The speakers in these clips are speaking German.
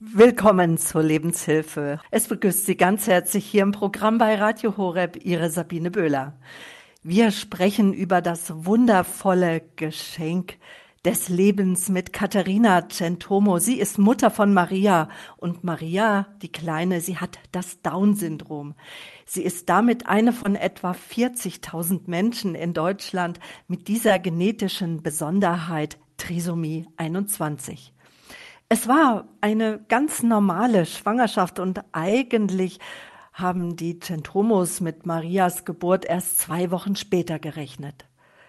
Willkommen zur Lebenshilfe. Es begrüßt Sie ganz herzlich hier im Programm bei Radio Horeb, Ihre Sabine Böhler. Wir sprechen über das wundervolle Geschenk des Lebens mit Katharina Centomo. Sie ist Mutter von Maria und Maria, die Kleine, sie hat das Down-Syndrom. Sie ist damit eine von etwa 40.000 Menschen in Deutschland mit dieser genetischen Besonderheit Trisomie 21. Es war eine ganz normale Schwangerschaft und eigentlich haben die Centromos mit Marias Geburt erst 2 Wochen später gerechnet.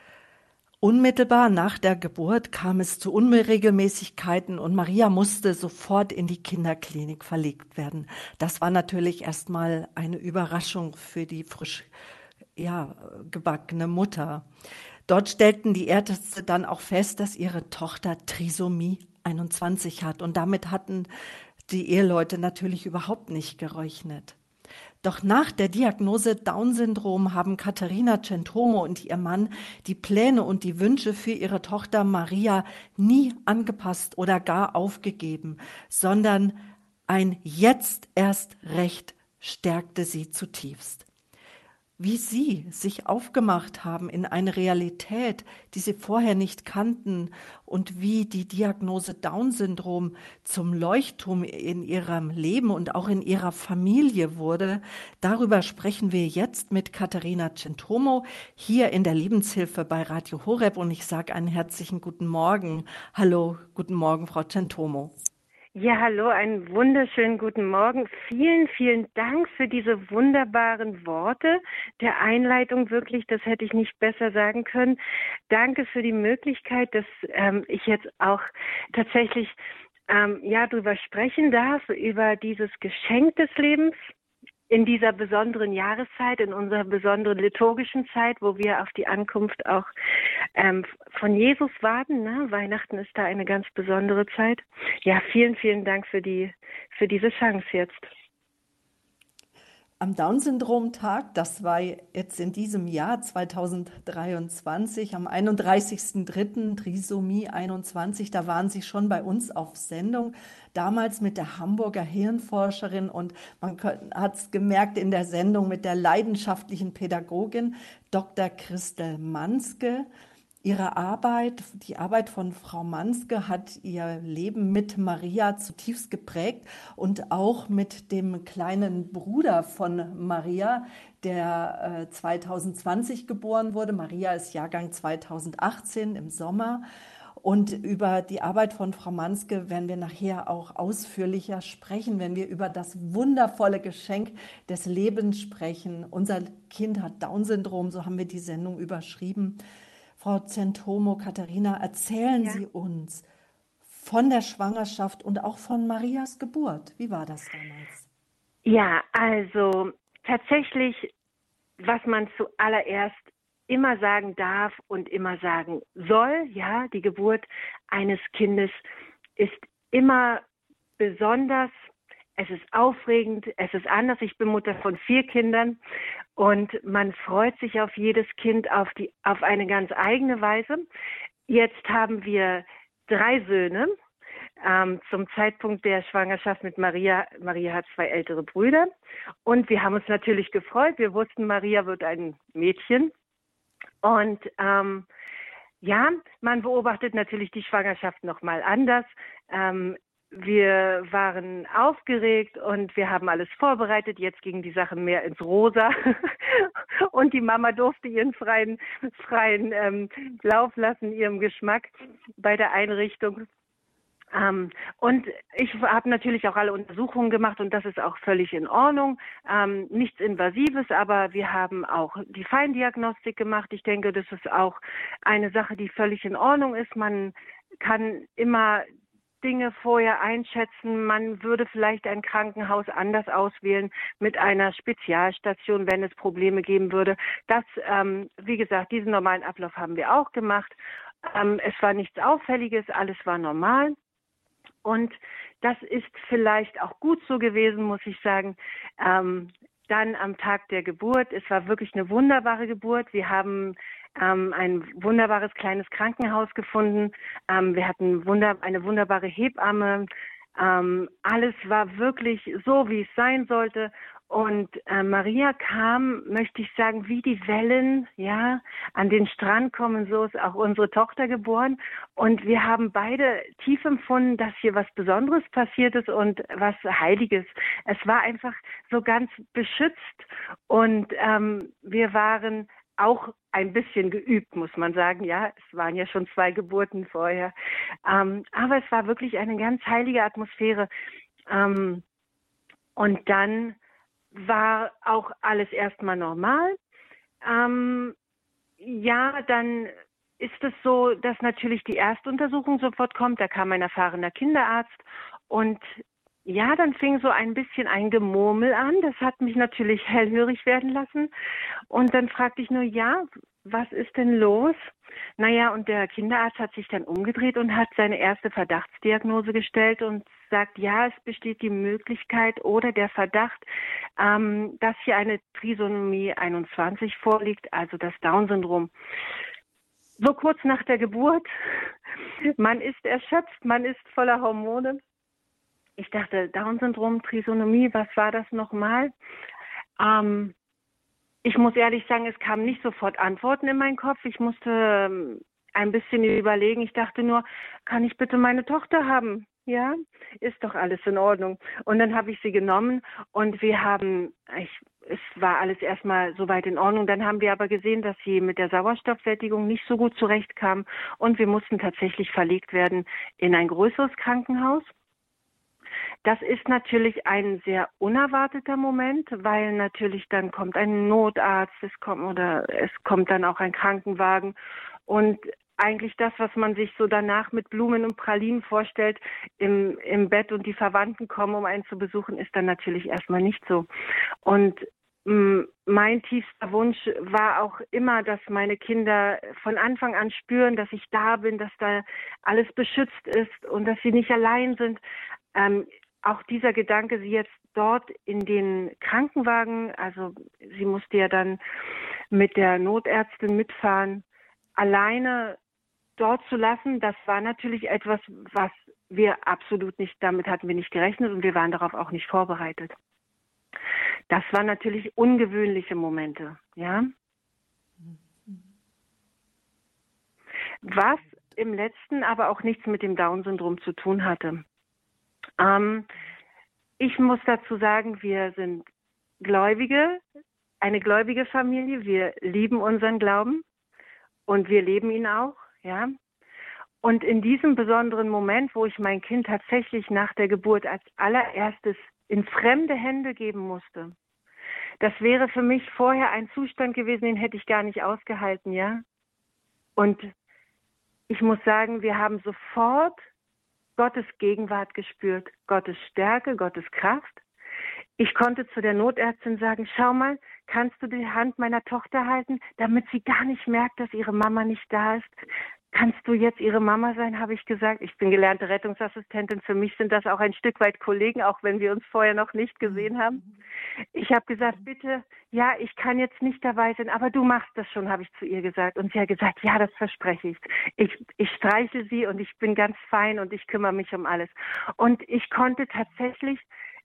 Unmittelbar nach der Geburt kam es zu Unregelmäßigkeiten und Maria musste sofort in die Kinderklinik verlegt werden. Das war natürlich erstmal eine Überraschung für die frisch gebackene Mutter. Dort stellten die Ärzte dann auch fest, dass ihre Tochter Trisomie 21 hat. Und damit hatten die Eheleute natürlich überhaupt nicht gerechnet. Doch nach der Diagnose Down-Syndrom haben Katharina Centomo und ihr Mann die Pläne und die Wünsche für ihre Tochter Maria nie angepasst oder gar aufgegeben, sondern ein Jetzt erst Recht stärkte sie zutiefst. Wie sie sich aufgemacht haben in eine Realität, die sie vorher nicht kannten und wie die Diagnose Down-Syndrom zum Leuchtturm in ihrem Leben und auch in ihrer Familie wurde, darüber sprechen wir jetzt mit Katharina Centomo hier in der Lebenshilfe bei Radio Horeb und ich sage einen herzlichen guten Morgen. Hallo, guten Morgen, Frau Centomo. Ja, hallo, einen wunderschönen guten Morgen. Vielen, vielen Dank für diese wunderbaren Worte der Einleitung. Wirklich, das hätte ich nicht besser sagen können. Danke für die Möglichkeit, dass ich jetzt auch tatsächlich darüber sprechen darf, über dieses Geschenk des Lebens in dieser besonderen Jahreszeit, in unserer besonderen liturgischen Zeit, wo wir auf die Ankunft auch von Jesus warten. Ne? Weihnachten ist da eine ganz besondere Zeit. Ja, vielen, vielen Dank für diese Chance jetzt. Am Down-Syndrom-Tag, das war jetzt in diesem Jahr 2023, am 31.03. Trisomie 21, da waren Sie schon bei uns auf Sendung, damals mit der Hamburger Hirnforscherin und man hat es gemerkt in der Sendung mit der leidenschaftlichen Pädagogin Dr. Christel Manske. Ihre Arbeit, die Arbeit von Frau Manske hat ihr Leben mit Maria zutiefst geprägt und auch mit dem kleinen Bruder von Maria, der 2020 geboren wurde. Maria ist Jahrgang 2018 im Sommer. Und über die Arbeit von Frau Manske werden wir nachher auch ausführlicher sprechen, wenn wir über das wundervolle Geschenk des Lebens sprechen. Unser Kind hat Down-Syndrom, so haben wir die Sendung überschrieben. Frau Centomo, Katharina, erzählen Sie uns von der Schwangerschaft und auch von Marias Geburt. Wie war das damals? Ja, also tatsächlich, was man zuallererst immer sagen darf und immer sagen soll, ja, die Geburt eines Kindes ist immer besonders. Es ist aufregend, es ist anders. Ich bin Mutter von 4 Kindern und man freut sich auf jedes Kind auf eine ganz eigene Weise. Jetzt haben wir 3 Söhne. Zum Zeitpunkt der Schwangerschaft mit Maria. Maria hat 2 ältere Brüder und wir haben uns natürlich gefreut. Wir wussten, Maria wird ein Mädchen und man beobachtet natürlich die Schwangerschaft nochmal anders. Wir waren aufgeregt und wir haben alles vorbereitet. Jetzt ging die Sache mehr ins Rosa und die Mama durfte ihren freien Lauf lassen, ihrem Geschmack bei der Einrichtung. Und ich habe natürlich auch alle Untersuchungen gemacht und das ist auch völlig in Ordnung. Nichts Invasives, aber wir haben auch die Feindiagnostik gemacht. Ich denke, das ist auch eine Sache, die völlig in Ordnung ist. Man kann immer Dinge vorher einschätzen. Man würde vielleicht ein Krankenhaus anders auswählen mit einer Spezialstation, wenn es Probleme geben würde. Das, wie gesagt, diesen normalen Ablauf haben wir auch gemacht. Es war nichts Auffälliges, alles war normal. Und das ist vielleicht auch gut so gewesen, muss ich sagen. Dann am Tag der Geburt, es war wirklich eine wunderbare Geburt. Wir haben ein wunderbares kleines Krankenhaus gefunden. Wir hatten eine wunderbare Hebamme. Alles war wirklich so, wie es sein sollte. Und Maria kam, möchte ich sagen, wie die Wellen, ja, an den Strand kommen. So ist auch unsere Tochter geboren. Und wir haben beide tief empfunden, dass hier was Besonderes passiert ist und was Heiliges. Es war einfach so ganz beschützt. Und wir waren auch ein bisschen geübt, muss man sagen. Ja, es waren ja schon 2 Geburten vorher. Aber es war wirklich eine ganz heilige Atmosphäre. Und dann war auch alles erstmal normal. Ja, dann ist es so, dass natürlich die Erstuntersuchung sofort kommt. Da kam ein erfahrener Kinderarzt und ja, dann fing so ein bisschen ein Gemurmel an. Das hat mich natürlich hellhörig werden lassen. Und dann fragte ich nur, ja, was ist denn los? Naja, und der Kinderarzt hat sich dann umgedreht und hat seine erste Verdachtsdiagnose gestellt und sagt, ja, es besteht die Möglichkeit oder der Verdacht, dass hier eine Trisomie 21 vorliegt, also das Down-Syndrom. So kurz nach der Geburt, man ist erschöpft, man ist voller Hormone. Ich dachte, Down-Syndrom, Trisomie, was war das nochmal? Ich muss ehrlich sagen, es kamen nicht sofort Antworten in meinen Kopf. Ich musste ein bisschen überlegen. Ich dachte nur, kann ich bitte meine Tochter haben? Ja, ist doch alles in Ordnung. Und dann habe ich sie genommen und es war alles erstmal soweit in Ordnung. Dann haben wir aber gesehen, dass sie mit der Sauerstoffsättigung nicht so gut zurechtkam und wir mussten tatsächlich verlegt werden in ein größeres Krankenhaus. Das ist natürlich ein sehr unerwarteter Moment, weil natürlich dann kommt ein Notarzt, es kommt dann auch ein Krankenwagen und eigentlich das, was man sich so danach mit Blumen und Pralinen vorstellt, im Bett und die Verwandten kommen, um einen zu besuchen, ist dann natürlich erstmal nicht so. Und mein tiefster Wunsch war auch immer, dass meine Kinder von Anfang an spüren, dass ich da bin, dass da alles beschützt ist und dass sie nicht allein sind. Auch dieser Gedanke, sie jetzt dort in den Krankenwagen, also sie musste ja dann mit der Notärztin mitfahren, alleine dort zu lassen, das war natürlich etwas, was wir absolut nicht, damit hatten wir nicht gerechnet und wir waren darauf auch nicht vorbereitet. Das waren natürlich ungewöhnliche Momente, ja. Was im letzten aber auch nichts mit dem Down-Syndrom zu tun hatte. Ich muss dazu sagen, wir sind eine gläubige Familie. Wir lieben unseren Glauben und wir leben ihn auch, ja. Und in diesem besonderen Moment, wo ich mein Kind tatsächlich nach der Geburt als allererstes in fremde Hände geben musste, das wäre für mich vorher ein Zustand gewesen, den hätte ich gar nicht ausgehalten, ja. Und ich muss sagen, wir haben sofort Gottes Gegenwart gespürt, Gottes Stärke, Gottes Kraft. Ich konnte zu der Notärztin sagen, schau mal, kannst du die Hand meiner Tochter halten, damit sie gar nicht merkt, dass ihre Mama nicht da ist? Kannst du jetzt ihre Mama sein, habe ich gesagt. Ich bin gelernte Rettungsassistentin. Für mich sind das auch ein Stück weit Kollegen, auch wenn wir uns vorher noch nicht gesehen haben. Ich habe gesagt, bitte, ja, ich kann jetzt nicht dabei sein, aber du machst das schon, habe ich zu ihr gesagt. Und sie hat gesagt, ja, das verspreche ich. Ich streiche sie und ich bin ganz fein und ich kümmere mich um alles. Und ich konnte tatsächlich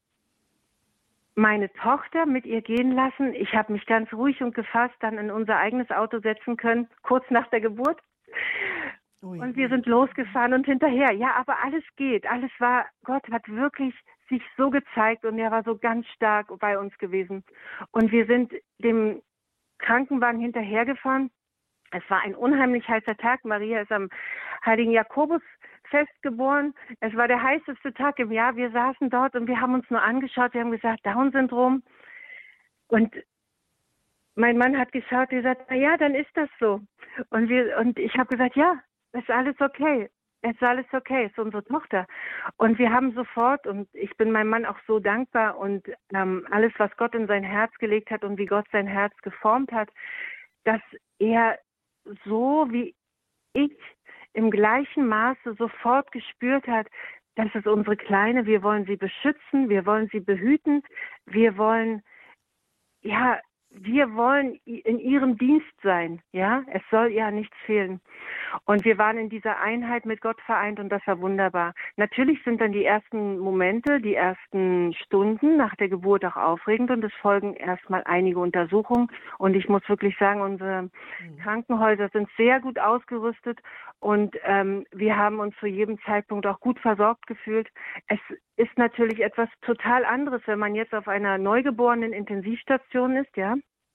meine Tochter mit ihr gehen lassen. Ich habe mich ganz ruhig und gefasst dann in unser eigenes Auto setzen können, kurz nach der Geburt. Und wir sind losgefahren und hinterher. Ja, aber alles geht. Alles war, Gott hat wirklich sich so gezeigt und er war so ganz stark bei uns gewesen. Und wir sind dem Krankenwagen hinterhergefahren. Es war ein unheimlich heißer Tag. Maria ist am Heiligen Jakobusfest geboren. Es war der heißeste Tag im Jahr. Wir saßen dort und wir haben uns nur angeschaut. Wir haben gesagt, Down-Syndrom. Und mein Mann hat geschaut, er sagt, na ja, dann ist das so. Und ich habe gesagt, ja, ist alles okay. Es ist alles okay, es ist unsere Tochter. Und wir haben sofort, und ich bin meinem Mann auch so dankbar und alles, was Gott in sein Herz gelegt hat und wie Gott sein Herz geformt hat, dass er so wie ich im gleichen Maße sofort gespürt hat, das ist unsere Kleine, wir wollen sie beschützen, wir wollen sie behüten, wir wollen, ja, wir wollen in ihrem Dienst sein, ja, es soll ja nichts fehlen. Und wir waren in dieser Einheit mit Gott vereint und das war wunderbar. Natürlich sind dann die ersten Momente, die ersten Stunden nach der Geburt auch aufregend und es folgen erstmal einige Untersuchungen. Und ich muss wirklich sagen, unsere Krankenhäuser sind sehr gut ausgerüstet und wir haben uns zu jedem Zeitpunkt auch gut versorgt gefühlt. Es ist natürlich etwas total anderes, wenn man jetzt auf einer neugeborenen Intensivstation ist, ja,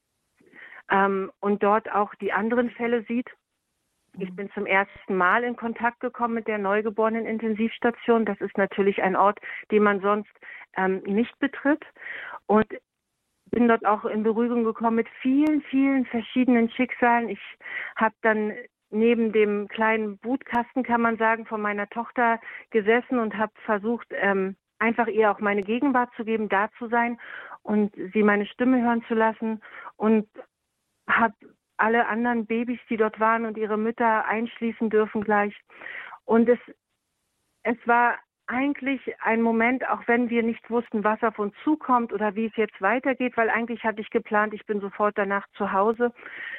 und dort auch die anderen Fälle sieht. Ich bin zum ersten Mal in Kontakt gekommen mit der neugeborenen Intensivstation. Das ist natürlich ein Ort, den man sonst nicht betritt. Und bin dort auch in Berührung gekommen mit vielen, vielen verschiedenen Schicksalen. Ich habe dann neben dem kleinen Brutkasten, kann man sagen, von meiner Tochter gesessen und habe versucht, einfach ihr auch meine Gegenwart zu geben, da zu sein und sie meine Stimme hören zu lassen und habe alle anderen Babys, die dort waren und ihre Mütter einschließen dürfen gleich. Und es war eigentlich ein Moment, auch wenn wir nicht wussten, was auf uns zukommt oder wie es jetzt weitergeht, weil eigentlich hatte ich geplant, ich bin sofort danach zu Hause.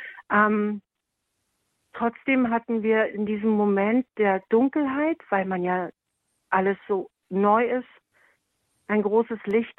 Trotzdem hatten wir in diesem Moment der Dunkelheit, weil man ja alles so neu ist, ein großes Licht.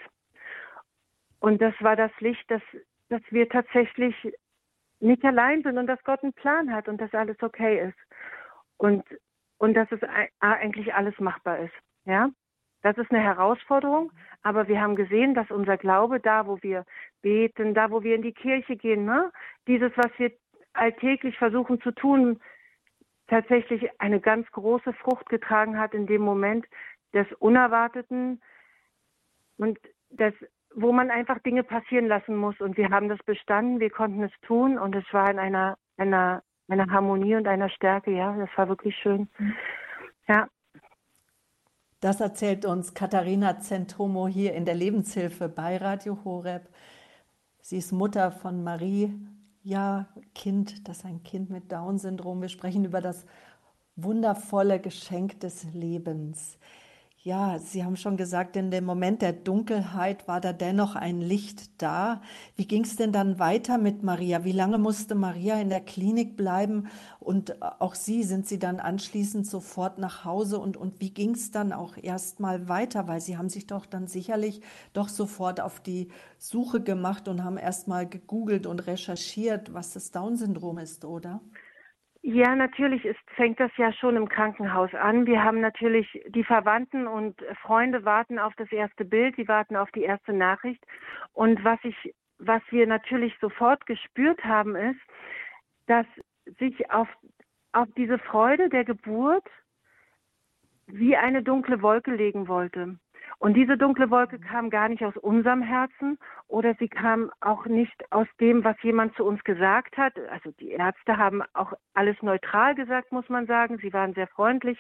Und das war das Licht, dass wir tatsächlich nicht allein sind und dass Gott einen Plan hat und dass alles okay ist. Und dass es eigentlich alles machbar ist. Ja? Das ist eine Herausforderung, aber wir haben gesehen, dass unser Glaube da, wo wir beten, da, wo wir in die Kirche gehen, ne? Dieses, was wir alltäglich versuchen zu tun, tatsächlich eine ganz große Frucht getragen hat in dem Moment des Unerwarteten und wo man einfach Dinge passieren lassen muss. Und wir haben das bestanden, wir konnten es tun und es war in einer Harmonie und einer Stärke, ja, das war wirklich schön. Ja. Das erzählt uns Katharina Zentomo hier in der Lebenshilfe bei Radio Horeb. Sie ist Mutter von Marie, ja, das ist ein Kind mit Down-Syndrom. Wir sprechen über das wundervolle Geschenk des Lebens. Ja, Sie haben schon gesagt, in dem Moment der Dunkelheit war da dennoch ein Licht da. Wie ging es denn dann weiter mit Maria? Wie lange musste Maria in der Klinik bleiben? Und auch sind Sie dann anschließend sofort nach Hause? Und wie ging es dann auch erstmal weiter? Weil Sie haben sich doch dann sicherlich doch sofort auf die Suche gemacht und haben erstmal gegoogelt und recherchiert, was das Down-Syndrom ist, oder? Ja, natürlich fängt das ja schon im Krankenhaus an. Wir haben natürlich die Verwandten und Freunde warten auf das erste Bild, die warten auf die erste Nachricht. Und was wir natürlich sofort gespürt haben, ist, dass sich auf diese Freude der Geburt wie eine dunkle Wolke legen wollte. Und diese dunkle Wolke kam gar nicht aus unserem Herzen oder sie kam auch nicht aus dem, was jemand zu uns gesagt hat. Also die Ärzte haben auch alles neutral gesagt, muss man sagen. Sie waren sehr freundlich.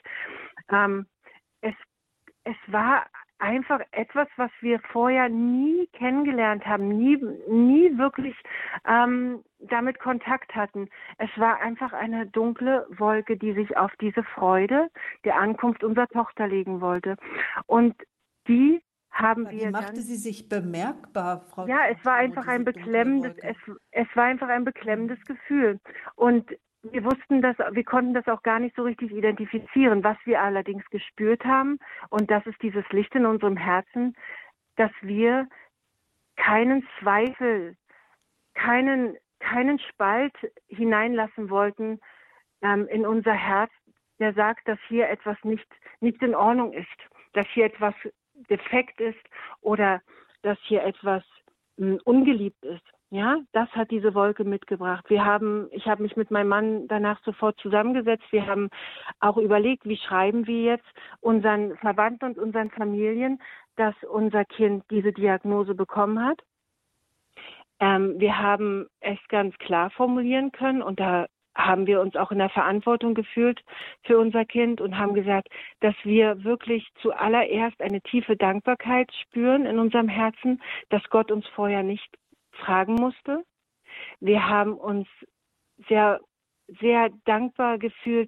Es war einfach etwas, was wir vorher nie kennengelernt haben, nie wirklich damit Kontakt hatten. Es war einfach eine dunkle Wolke, die sich auf diese Freude der Ankunft unserer Tochter legen wollte. Und die haben wir. Wie machte sie sich bemerkbar, Frau? Ja, es war einfach ein beklemmendes, es war einfach ein beklemmendes Gefühl. Und wir konnten das auch gar nicht so richtig identifizieren. Was wir allerdings gespürt haben, und das ist dieses Licht in unserem Herzen, dass wir keinen Zweifel, keinen Spalt hineinlassen wollten in unser Herz, der sagt, dass hier etwas nicht in Ordnung ist, dass hier etwas defekt ist oder dass hier etwas ungeliebt ist. Ja, das hat diese Wolke mitgebracht. Ich habe mich mit meinem Mann danach sofort zusammengesetzt. Wir haben auch überlegt, wie schreiben wir jetzt unseren Verwandten und unseren Familien, dass unser Kind diese Diagnose bekommen hat. Wir haben es ganz klar formulieren können und da haben wir uns auch in der Verantwortung gefühlt für unser Kind und haben gesagt, dass wir wirklich zuallererst eine tiefe Dankbarkeit spüren in unserem Herzen, dass Gott uns vorher nicht fragen musste. Wir haben uns sehr, sehr dankbar gefühlt,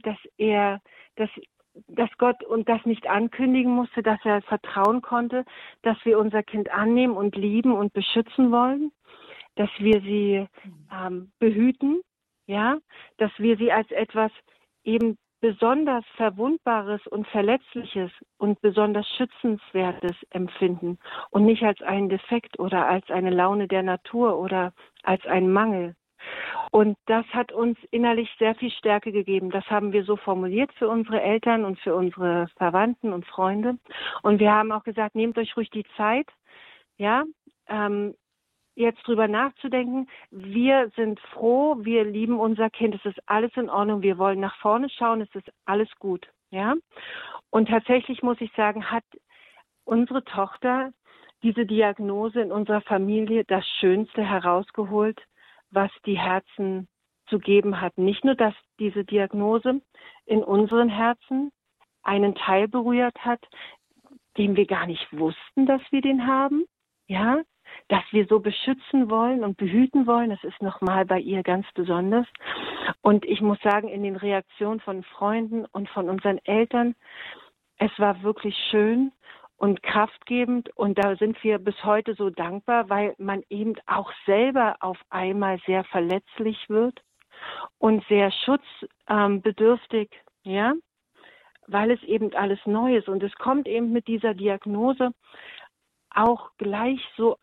dass Gott uns das nicht ankündigen musste, dass er vertrauen konnte, dass wir unser Kind annehmen und lieben und beschützen wollen. dass wir sie behüten, ja, dass wir sie als etwas eben besonders Verwundbares und Verletzliches und besonders Schützenswertes empfinden und nicht als einen Defekt oder als eine Laune der Natur oder als einen Mangel. Und das hat uns innerlich sehr viel Stärke gegeben. Das haben wir so formuliert für unsere Eltern und für unsere Verwandten und Freunde. Und wir haben auch gesagt, nehmt euch ruhig die Zeit, ja, jetzt drüber nachzudenken. Wir sind froh, wir lieben unser Kind, es ist alles in Ordnung, wir wollen nach vorne schauen, es ist alles gut, ja. Und tatsächlich muss ich sagen, hat unsere Tochter diese Diagnose in unserer Familie das Schönste herausgeholt, was die Herzen zu geben hatten. Nicht nur, dass diese Diagnose in unseren Herzen einen Teil berührt hat, den wir gar nicht wussten, dass wir den haben, ja, dass wir so beschützen wollen und behüten wollen. Das ist nochmal bei ihr ganz besonders. Und ich muss sagen, in den Reaktionen von Freunden und von unseren Eltern, es war wirklich schön und kraftgebend. Und da sind wir bis heute so dankbar, weil man eben auch selber auf einmal sehr verletzlich wird und sehr schutzbedürftig, ja, weil es eben alles neu ist. Und es kommt eben mit dieser Diagnose auch gleich so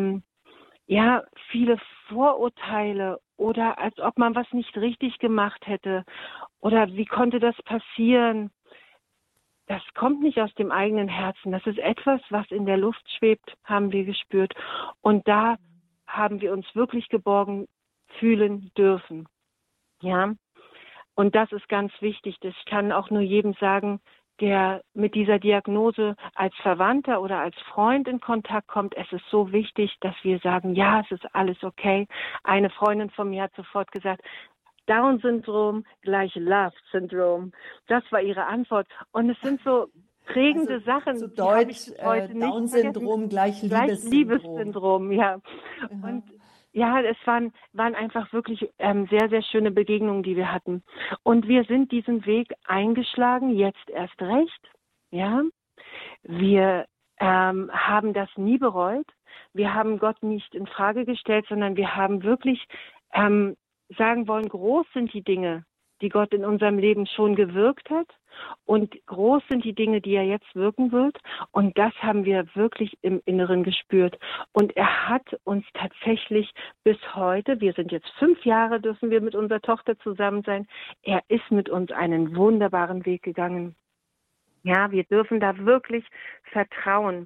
viele Vorurteile oder als ob man was nicht richtig gemacht hätte oder wie konnte das passieren? Das kommt nicht aus dem eigenen Herzen. Das ist etwas, was in der Luft schwebt, haben wir gespürt. Und da haben wir uns wirklich geborgen fühlen dürfen. Ja. Und das ist ganz wichtig. Ich kann auch nur jedem sagen, der mit dieser Diagnose als Verwandter oder als Freund in Kontakt kommt, es ist so wichtig, dass wir sagen, ja, es ist alles okay. Eine Freundin von mir hat sofort gesagt, Down-Syndrom gleich Love-Syndrom. Das war ihre Antwort. Und es sind so prägende Sachen, zu die habe ich Deutsch, bis heute nicht Down-Syndrom gleich gleich Liebessyndrom. Liebessyndrom, ja. Und ja, es waren einfach wirklich sehr, sehr schöne Begegnungen, die wir hatten. Und wir sind diesen Weg eingeschlagen, jetzt erst recht. Ja, wir haben das nie bereut. Wir haben Gott nicht in Frage gestellt, sondern wir haben wirklich sagen wollen, groß sind die Dinge, die Gott in unserem Leben schon gewirkt hat. Und groß sind die Dinge, die er jetzt wirken wird. Und das haben wir wirklich im Inneren gespürt. Und er hat uns tatsächlich bis heute, wir sind jetzt 5 Jahre, dürfen wir mit unserer Tochter zusammen sein. Er ist mit uns einen wunderbaren Weg gegangen. Ja, wir dürfen da wirklich vertrauen.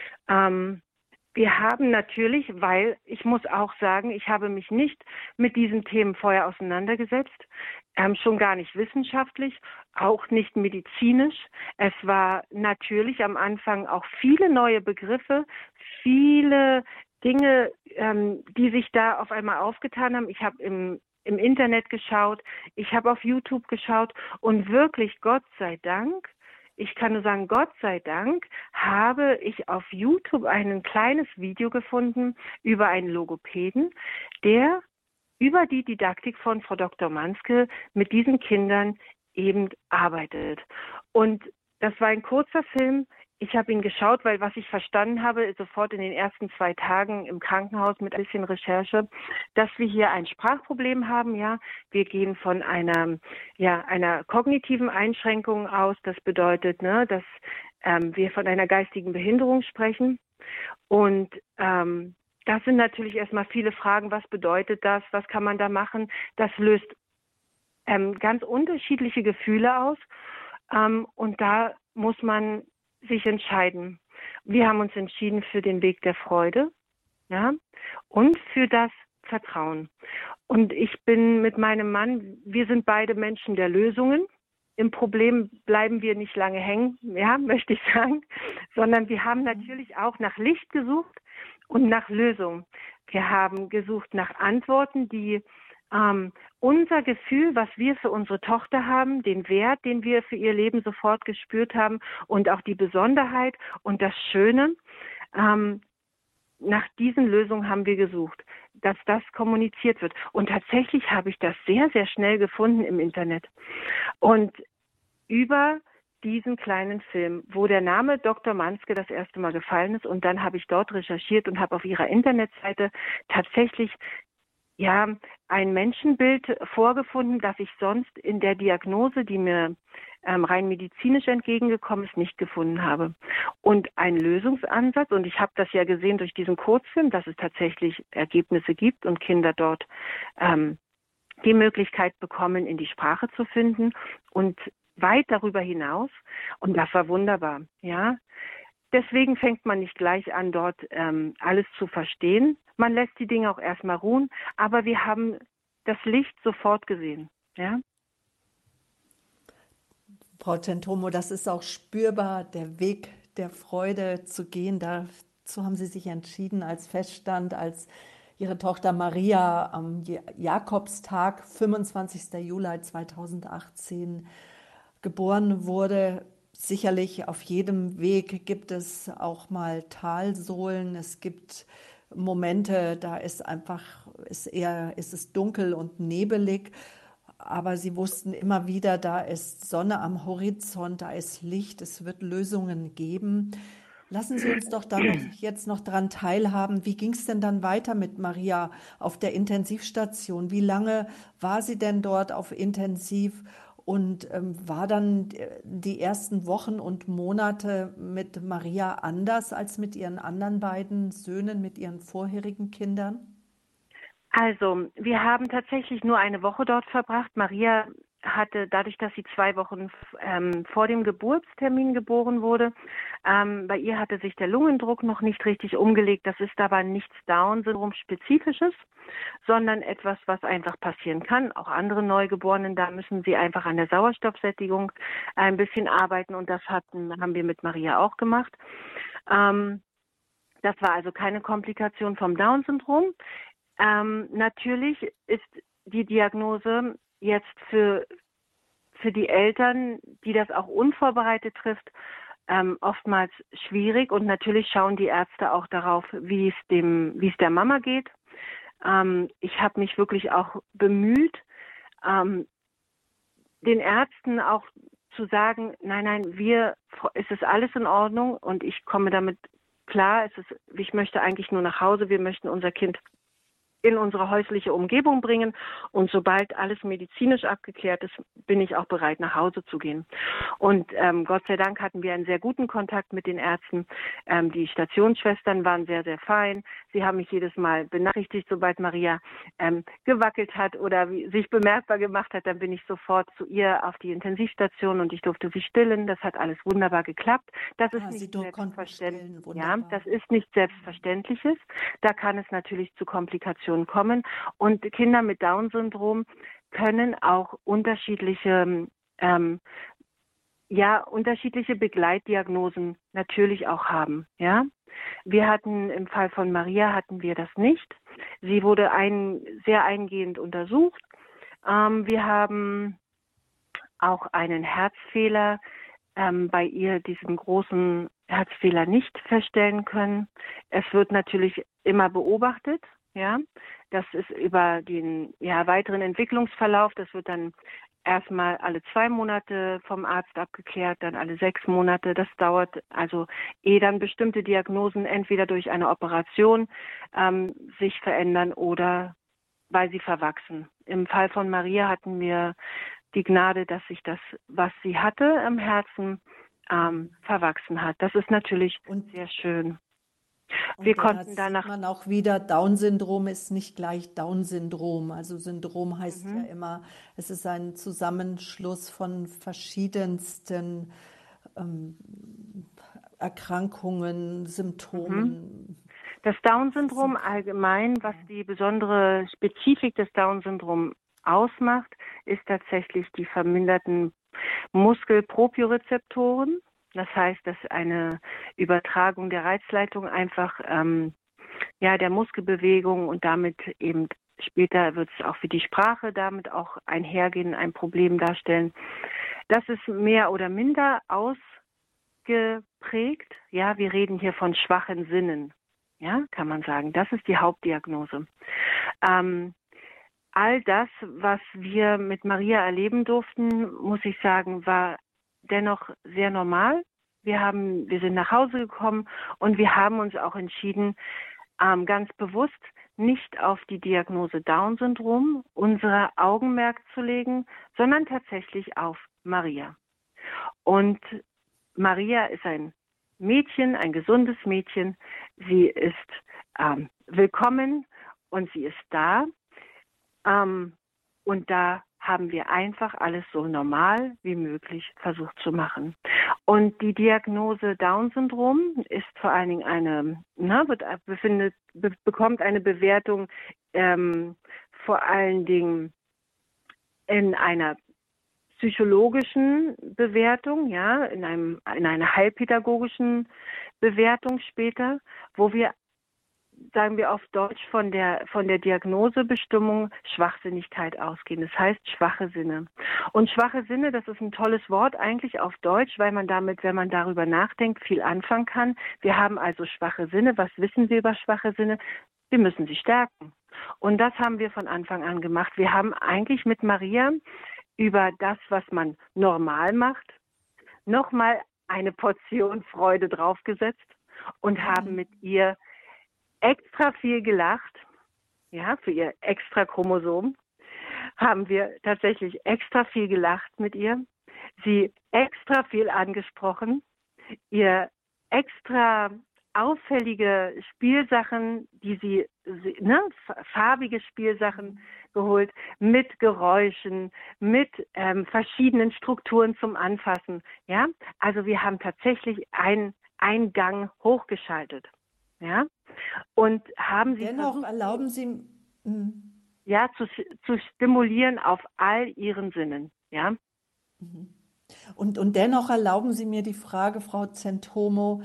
Wir haben natürlich, weil ich muss auch sagen, ich habe mich nicht mit diesen Themen vorher auseinandergesetzt, schon gar nicht wissenschaftlich, auch nicht medizinisch. Es war natürlich am Anfang auch viele neue Begriffe, viele Dinge, die sich da auf einmal aufgetan haben. Ich habe im Internet geschaut, ich habe auf YouTube geschaut und wirklich, Gott sei Dank, ich kann nur sagen, Gott sei Dank habe ich auf YouTube ein kleines Video gefunden über einen Logopäden, der über die Didaktik von Frau Dr. Manske mit diesen Kindern eben arbeitet. Und das war ein kurzer Film. Ich habe ihn geschaut, weil was ich verstanden habe, sofort in den ersten 2 Tagen im Krankenhaus mit ein bisschen Recherche, dass wir hier ein Sprachproblem haben. Ja, wir gehen von einer kognitiven Einschränkung aus. Das bedeutet, dass wir von einer geistigen Behinderung sprechen. Und das sind natürlich erstmal viele Fragen. Was bedeutet das? Was kann man da machen? Das löst ganz unterschiedliche Gefühle aus. Und da muss man sich entscheiden. Wir haben uns entschieden für den Weg der Freude, ja, und für das Vertrauen. Und ich bin mit meinem Mann, wir sind beide Menschen der Lösungen. Im Problem bleiben wir nicht lange hängen, ja, möchte ich sagen, sondern wir haben natürlich auch nach Licht gesucht und nach Lösung. Wir haben gesucht nach Antworten, die unser Gefühl, was wir für unsere Tochter haben, den Wert, den wir für ihr Leben sofort gespürt haben und auch die Besonderheit und das Schöne, nach diesen Lösungen haben wir gesucht, dass das kommuniziert wird. Und tatsächlich habe ich das sehr, sehr schnell gefunden im Internet. Und über diesen kleinen Film, wo der Name Dr. Manske das erste Mal gefallen ist. Und dann habe ich dort recherchiert und habe auf ihrer Internetseite tatsächlich ein Menschenbild vorgefunden, das ich sonst in der Diagnose, die mir rein medizinisch entgegengekommen ist, nicht gefunden habe. Und ein Lösungsansatz, und ich habe das ja gesehen durch diesen Kurzfilm, dass es tatsächlich Ergebnisse gibt und Kinder dort die Möglichkeit bekommen, in die Sprache zu finden und weit darüber hinaus. Und das war wunderbar, ja. Deswegen fängt man nicht gleich an, dort alles zu verstehen. Man lässt die Dinge auch erstmal ruhen, aber wir haben das Licht sofort gesehen, ja. Frau Tentomo, das ist auch spürbar, der Weg der Freude zu gehen. Dazu haben Sie sich entschieden, als feststand, als Ihre Tochter Maria am Jakobstag, 25. Juli 2018, geboren wurde. Sicherlich auf jedem Weg gibt es auch mal Talsohlen. Es gibt Momente, da ist es dunkel und nebelig. Aber sie wussten immer wieder, da ist Sonne am Horizont, da ist Licht, es wird Lösungen geben. Lassen Sie uns doch dann jetzt noch daran teilhaben. Wie ging es denn dann weiter mit Maria auf der Intensivstation? Wie lange war sie denn dort auf Intensiv? Und war dann die ersten Wochen und Monate mit Maria anders als mit ihren anderen beiden Söhnen, mit ihren vorherigen Kindern? Also, wir haben tatsächlich nur eine Woche dort verbracht. Maria hatte, dadurch, dass sie 2 Wochen vor dem Geburtstermin geboren wurde, bei ihr hatte sich der Lungendruck noch nicht richtig umgelegt. Das ist aber nichts Down-Syndrom-Spezifisches, sondern etwas, was einfach passieren kann. Auch andere Neugeborenen, da müssen sie einfach an der Sauerstoffsättigung ein bisschen arbeiten und das haben wir mit Maria auch gemacht. Das war also keine Komplikation vom Down-Syndrom. Natürlich ist die Diagnose jetzt für die Eltern, die das auch unvorbereitet trifft, oftmals schwierig. Und natürlich schauen die Ärzte auch darauf, wie es der Mama geht. Ich habe mich wirklich auch bemüht, den Ärzten auch zu sagen, nein, es ist alles in Ordnung und ich komme damit klar. Ich möchte eigentlich nur nach Hause. Wir möchten unser Kind in unsere häusliche Umgebung bringen. Und sobald alles medizinisch abgeklärt ist, bin ich auch bereit, nach Hause zu gehen. Und Gott sei Dank hatten wir einen sehr guten Kontakt mit den Ärzten. Die Stationsschwestern waren sehr, sehr fein. Sie haben mich jedes Mal benachrichtigt, sobald Maria gewackelt hat oder sich bemerkbar gemacht hat, dann bin ich sofort zu ihr auf die Intensivstation und ich durfte sie stillen. Das hat alles wunderbar geklappt. Das ist nicht selbstverständlich. Ja, das ist nichts Selbstverständliches. Da kann es natürlich zu Komplikationen kommen. Und Kinder mit Down-Syndrom können auch unterschiedliche Begleitdiagnosen natürlich auch haben. Ja, im Fall von Maria hatten wir das nicht. Sie wurde sehr eingehend untersucht. Wir haben auch einen Herzfehler bei ihr, diesen großen Herzfehler, nicht feststellen können. Es wird natürlich immer beobachtet. Ja, das ist über den weiteren Entwicklungsverlauf. Das wird dann erstmal alle 2 Monate vom Arzt abgeklärt, dann alle 6 Monate. Das dauert also, ehe dann bestimmte Diagnosen entweder durch eine Operation sich verändern oder weil sie verwachsen. Im Fall von Maria hatten wir die Gnade, dass sich das, was sie hatte am Herzen, verwachsen hat. Das ist natürlich sehr schön. Und wir konnten danach sieht man auch wieder, Down-Syndrom ist nicht gleich Down-Syndrom. Also Syndrom heißt ja immer, es ist ein Zusammenschluss von verschiedensten Erkrankungen, Symptomen. Das Down-Syndrom allgemein, was die besondere Spezifik des Down-Syndrom ausmacht, ist tatsächlich die verminderten Muskelpropriorezeptoren. Das heißt, dass eine Übertragung der Reizleitung einfach der Muskelbewegung und damit eben später wird es auch für die Sprache damit auch einhergehen, ein Problem darstellen. Das ist mehr oder minder ausgeprägt. Ja, wir reden hier von schwachen Sinnen. Ja, kann man sagen. Das ist die Hauptdiagnose. All das, was wir mit Maria erleben durften, muss ich sagen, war dennoch sehr normal. Wir sind nach Hause gekommen und wir haben uns auch entschieden, ganz bewusst nicht auf die Diagnose Down-Syndrom unser Augenmerk zu legen, sondern tatsächlich auf Maria. Und Maria ist ein Mädchen, ein gesundes Mädchen. Sie ist willkommen und sie ist da. Und da haben wir einfach alles so normal wie möglich versucht zu machen. Und die Diagnose Down-Syndrom ist vor allen Dingen bekommt eine Bewertung vor allen Dingen in einer psychologischen Bewertung, ja, in einer heilpädagogischen Bewertung später, wo wir, sagen wir auf Deutsch, von der Diagnosebestimmung Schwachsinnigkeit ausgehen. Das heißt schwache Sinne. Und schwache Sinne, das ist ein tolles Wort eigentlich auf Deutsch, weil man damit, wenn man darüber nachdenkt, viel anfangen kann. Wir haben also schwache Sinne. Was wissen wir über schwache Sinne? Wir müssen sie stärken. Und das haben wir von Anfang an gemacht. Wir haben eigentlich mit Maria über das, was man normal macht, nochmal eine Portion Freude draufgesetzt und haben mit ihr extra viel gelacht, ja, für ihr extra Chromosom haben wir tatsächlich extra viel gelacht mit ihr, sie extra viel angesprochen, ihr extra auffällige Spielsachen, farbige Spielsachen geholt, mit Geräuschen, mit verschiedenen Strukturen zum Anfassen, ja. Also wir haben tatsächlich einen Gang hochgeschaltet. Ja, und haben sie Dennoch versucht, erlauben Sie, ja, zu stimulieren auf all ihren Sinnen, ja. und dennoch erlauben Sie mir die Frage, Frau Zentomo,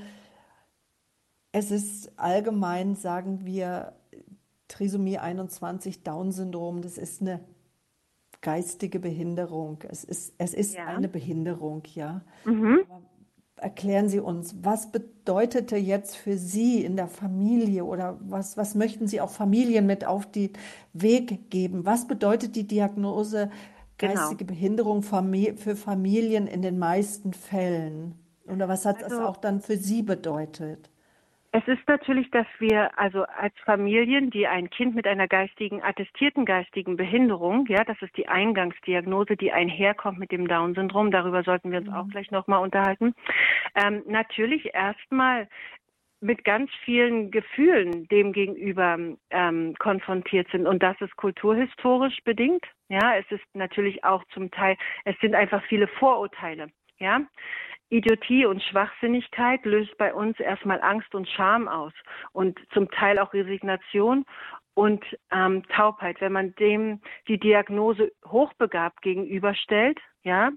es ist allgemein, sagen wir, Trisomie 21, Down-Syndrom, das ist eine geistige Behinderung. Es ist Ja. eine Behinderung, ja. Mhm. Aber erklären Sie uns, was bedeutete jetzt für Sie in der Familie oder was möchten Sie auch Familien mit auf den Weg geben? Was bedeutet die Diagnose Genau. geistige Behinderung für Familien in den meisten Fällen? Oder was hat das Also auch dann für Sie bedeutet? es ist natürlich, dass wir also als Familien, die ein Kind mit einer attestierten geistigen Behinderung, ja, das ist die Eingangsdiagnose, die einherkommt mit dem Down-Syndrom, darüber sollten wir uns auch gleich nochmal unterhalten, natürlich erstmal mit ganz vielen Gefühlen dem gegenüber konfrontiert sind. Und das ist kulturhistorisch bedingt. Ja, es ist natürlich auch zum Teil, es sind einfach viele Vorurteile. Ja, Idiotie und Schwachsinnigkeit löst bei uns erstmal Angst und Scham aus und zum Teil auch Resignation und Taubheit. Wenn man dem die Diagnose hochbegabt gegenüberstellt, ja,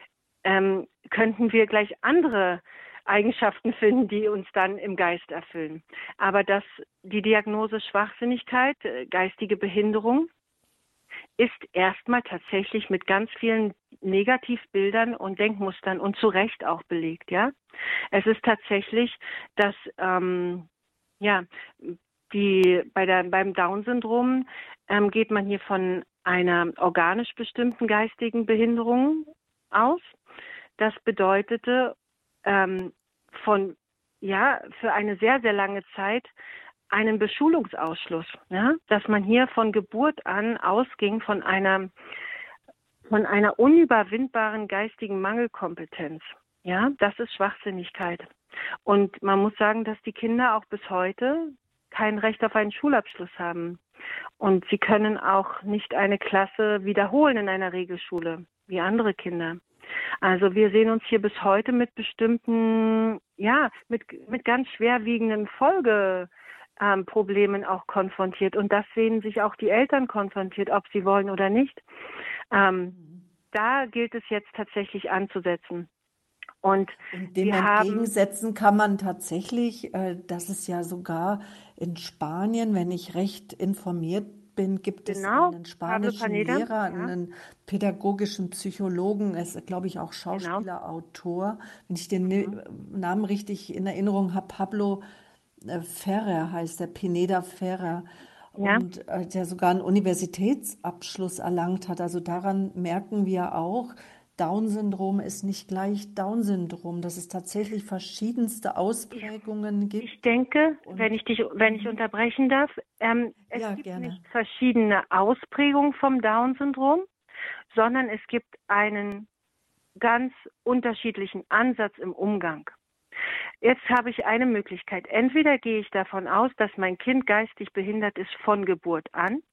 könnten wir gleich andere Eigenschaften finden, die uns dann im Geist erfüllen. Aber die Diagnose Schwachsinnigkeit, geistige Behinderung, ist erstmal tatsächlich mit ganz vielen Negativbildern und Denkmustern und zu Recht auch belegt, ja. Es ist tatsächlich, dass beim Down-Syndrom geht man hier von einer organisch bestimmten geistigen Behinderung aus. Das bedeutete für eine sehr, sehr lange Zeit einen Beschulungsausschluss, ja, dass man hier von Geburt an ausging von einer unüberwindbaren geistigen Mangelkompetenz. Ja, das ist Schwachsinnigkeit. Und man muss sagen, dass die Kinder auch bis heute kein Recht auf einen Schulabschluss haben. Und sie können auch nicht eine Klasse wiederholen in einer Regelschule, wie andere Kinder. Also wir sehen uns hier bis heute mit bestimmten, mit ganz schwerwiegenden Folgeproblemen auch konfrontiert. Und das sehen sich auch die Eltern konfrontiert, ob sie wollen oder nicht. Da gilt es jetzt tatsächlich anzusetzen. Und dem entgegensetzen kann man tatsächlich, dass es ja sogar in Spanien, wenn ich recht informiert bin, gibt es einen spanischen Lehrer, einen pädagogischen Psychologen, er ist, glaube ich, auch Schauspieler, Autor, wenn ich den Namen richtig in Erinnerung habe, Pablo Ferrer heißt der, Pineda Ferrer. Und der sogar einen Universitätsabschluss erlangt hat. Also daran merken wir auch, Down-Syndrom ist nicht gleich Down-Syndrom, dass es tatsächlich verschiedenste Ausprägungen gibt. Ich denke, wenn Und ich unterbrechen darf, es ja, gibt gerne. nicht verschiedene Ausprägungen vom Down-Syndrom, sondern es gibt einen ganz unterschiedlichen Ansatz im Umgang. Jetzt habe ich eine Möglichkeit. Entweder gehe ich davon aus, dass mein Kind geistig behindert ist von Geburt an.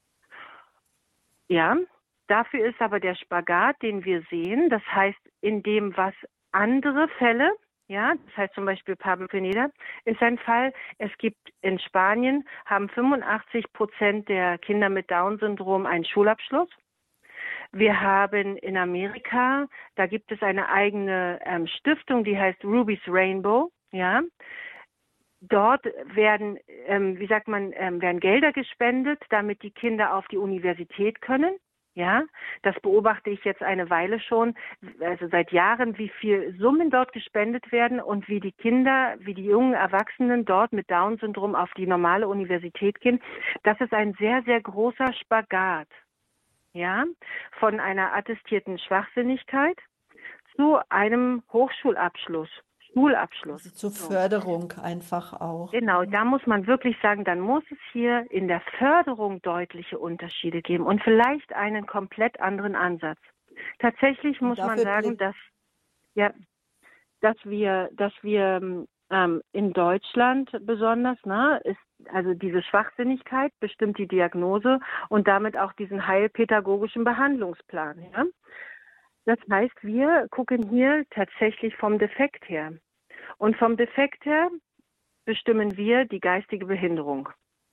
Ja, dafür ist aber der Spagat, den wir sehen, das heißt, in dem, was andere Fälle, ja, das heißt zum Beispiel Pablo Pineda, ist ein Fall, es gibt in Spanien, haben 85% der Kinder mit Down-Syndrom einen Schulabschluss. Wir haben in Amerika, da gibt es eine eigene Stiftung, die heißt Ruby's Rainbow, ja. Dort werden, werden Gelder gespendet, damit die Kinder auf die Universität können. Ja, das beobachte ich jetzt eine Weile schon, also seit Jahren, wie viel Summen dort gespendet werden und wie die Kinder, wie die jungen Erwachsenen dort mit Down-Syndrom auf die normale Universität gehen. Das ist ein sehr, sehr großer Spagat. Ja, von einer attestierten Schwachsinnigkeit zu einem Hochschulabschluss, Schulabschluss. Also zur Förderung einfach auch. Genau, da muss man wirklich sagen, dann muss es hier in der Förderung deutliche Unterschiede geben und vielleicht einen komplett anderen Ansatz. Tatsächlich muss man sagen, dass wir in Deutschland besonders, also diese Schwachsinnigkeit bestimmt die Diagnose und damit auch diesen heilpädagogischen Behandlungsplan. Ja? Das heißt, wir gucken hier tatsächlich vom Defekt her. Und vom Defekt her bestimmen wir die geistige Behinderung.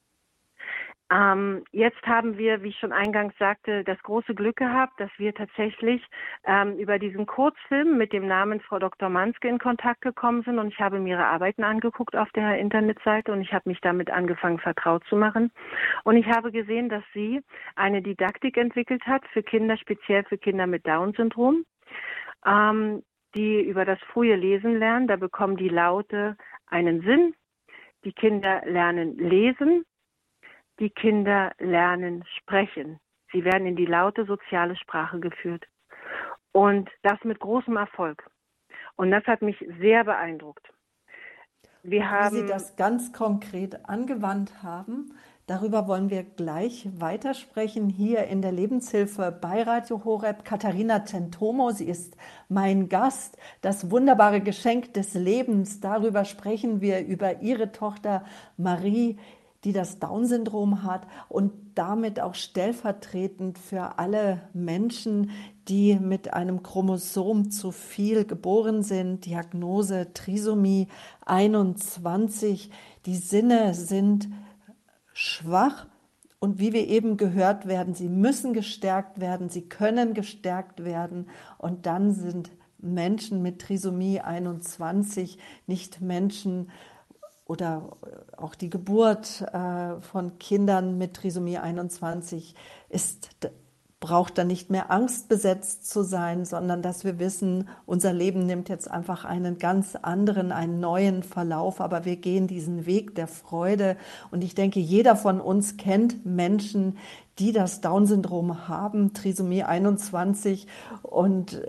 Jetzt haben wir, wie ich schon eingangs sagte, das große Glück gehabt, dass wir tatsächlich über diesen Kurzfilm mit dem Namen Frau Dr. Manske in Kontakt gekommen sind und ich habe mir ihre Arbeiten angeguckt auf der Internetseite und ich habe mich damit angefangen, vertraut zu machen. Und ich habe gesehen, dass sie eine Didaktik entwickelt hat für Kinder, speziell für Kinder mit Down-Syndrom, die über das frühe Lesen lernen. Da bekommen die Laute einen Sinn. Die Kinder lernen lesen. Die Kinder lernen sprechen. Sie werden in die laute soziale Sprache geführt. Und das mit großem Erfolg. Und das hat mich sehr beeindruckt. Wie Sie das ganz konkret angewandt haben, darüber wollen wir gleich weitersprechen hier in der Lebenshilfe bei Radio Horeb. Katharina Tentomo, sie ist mein Gast. Das wunderbare Geschenk des Lebens, darüber sprechen wir, über ihre Tochter Marie, die das Down-Syndrom hat und damit auch stellvertretend für alle Menschen, die mit einem Chromosom zu viel geboren sind. Diagnose Trisomie 21. Die Sinne sind schwach und wie wir eben gehört werden, sie müssen gestärkt werden, sie können gestärkt werden und dann sind Menschen mit Trisomie 21 nicht Menschen, oder auch die Geburt von Kindern mit Trisomie 21 braucht dann nicht mehr angstbesetzt zu sein, sondern dass wir wissen, unser Leben nimmt jetzt einfach einen ganz anderen, einen neuen Verlauf, aber wir gehen diesen Weg der Freude. Und ich denke, jeder von uns kennt Menschen, die das Down-Syndrom haben, Trisomie 21. Und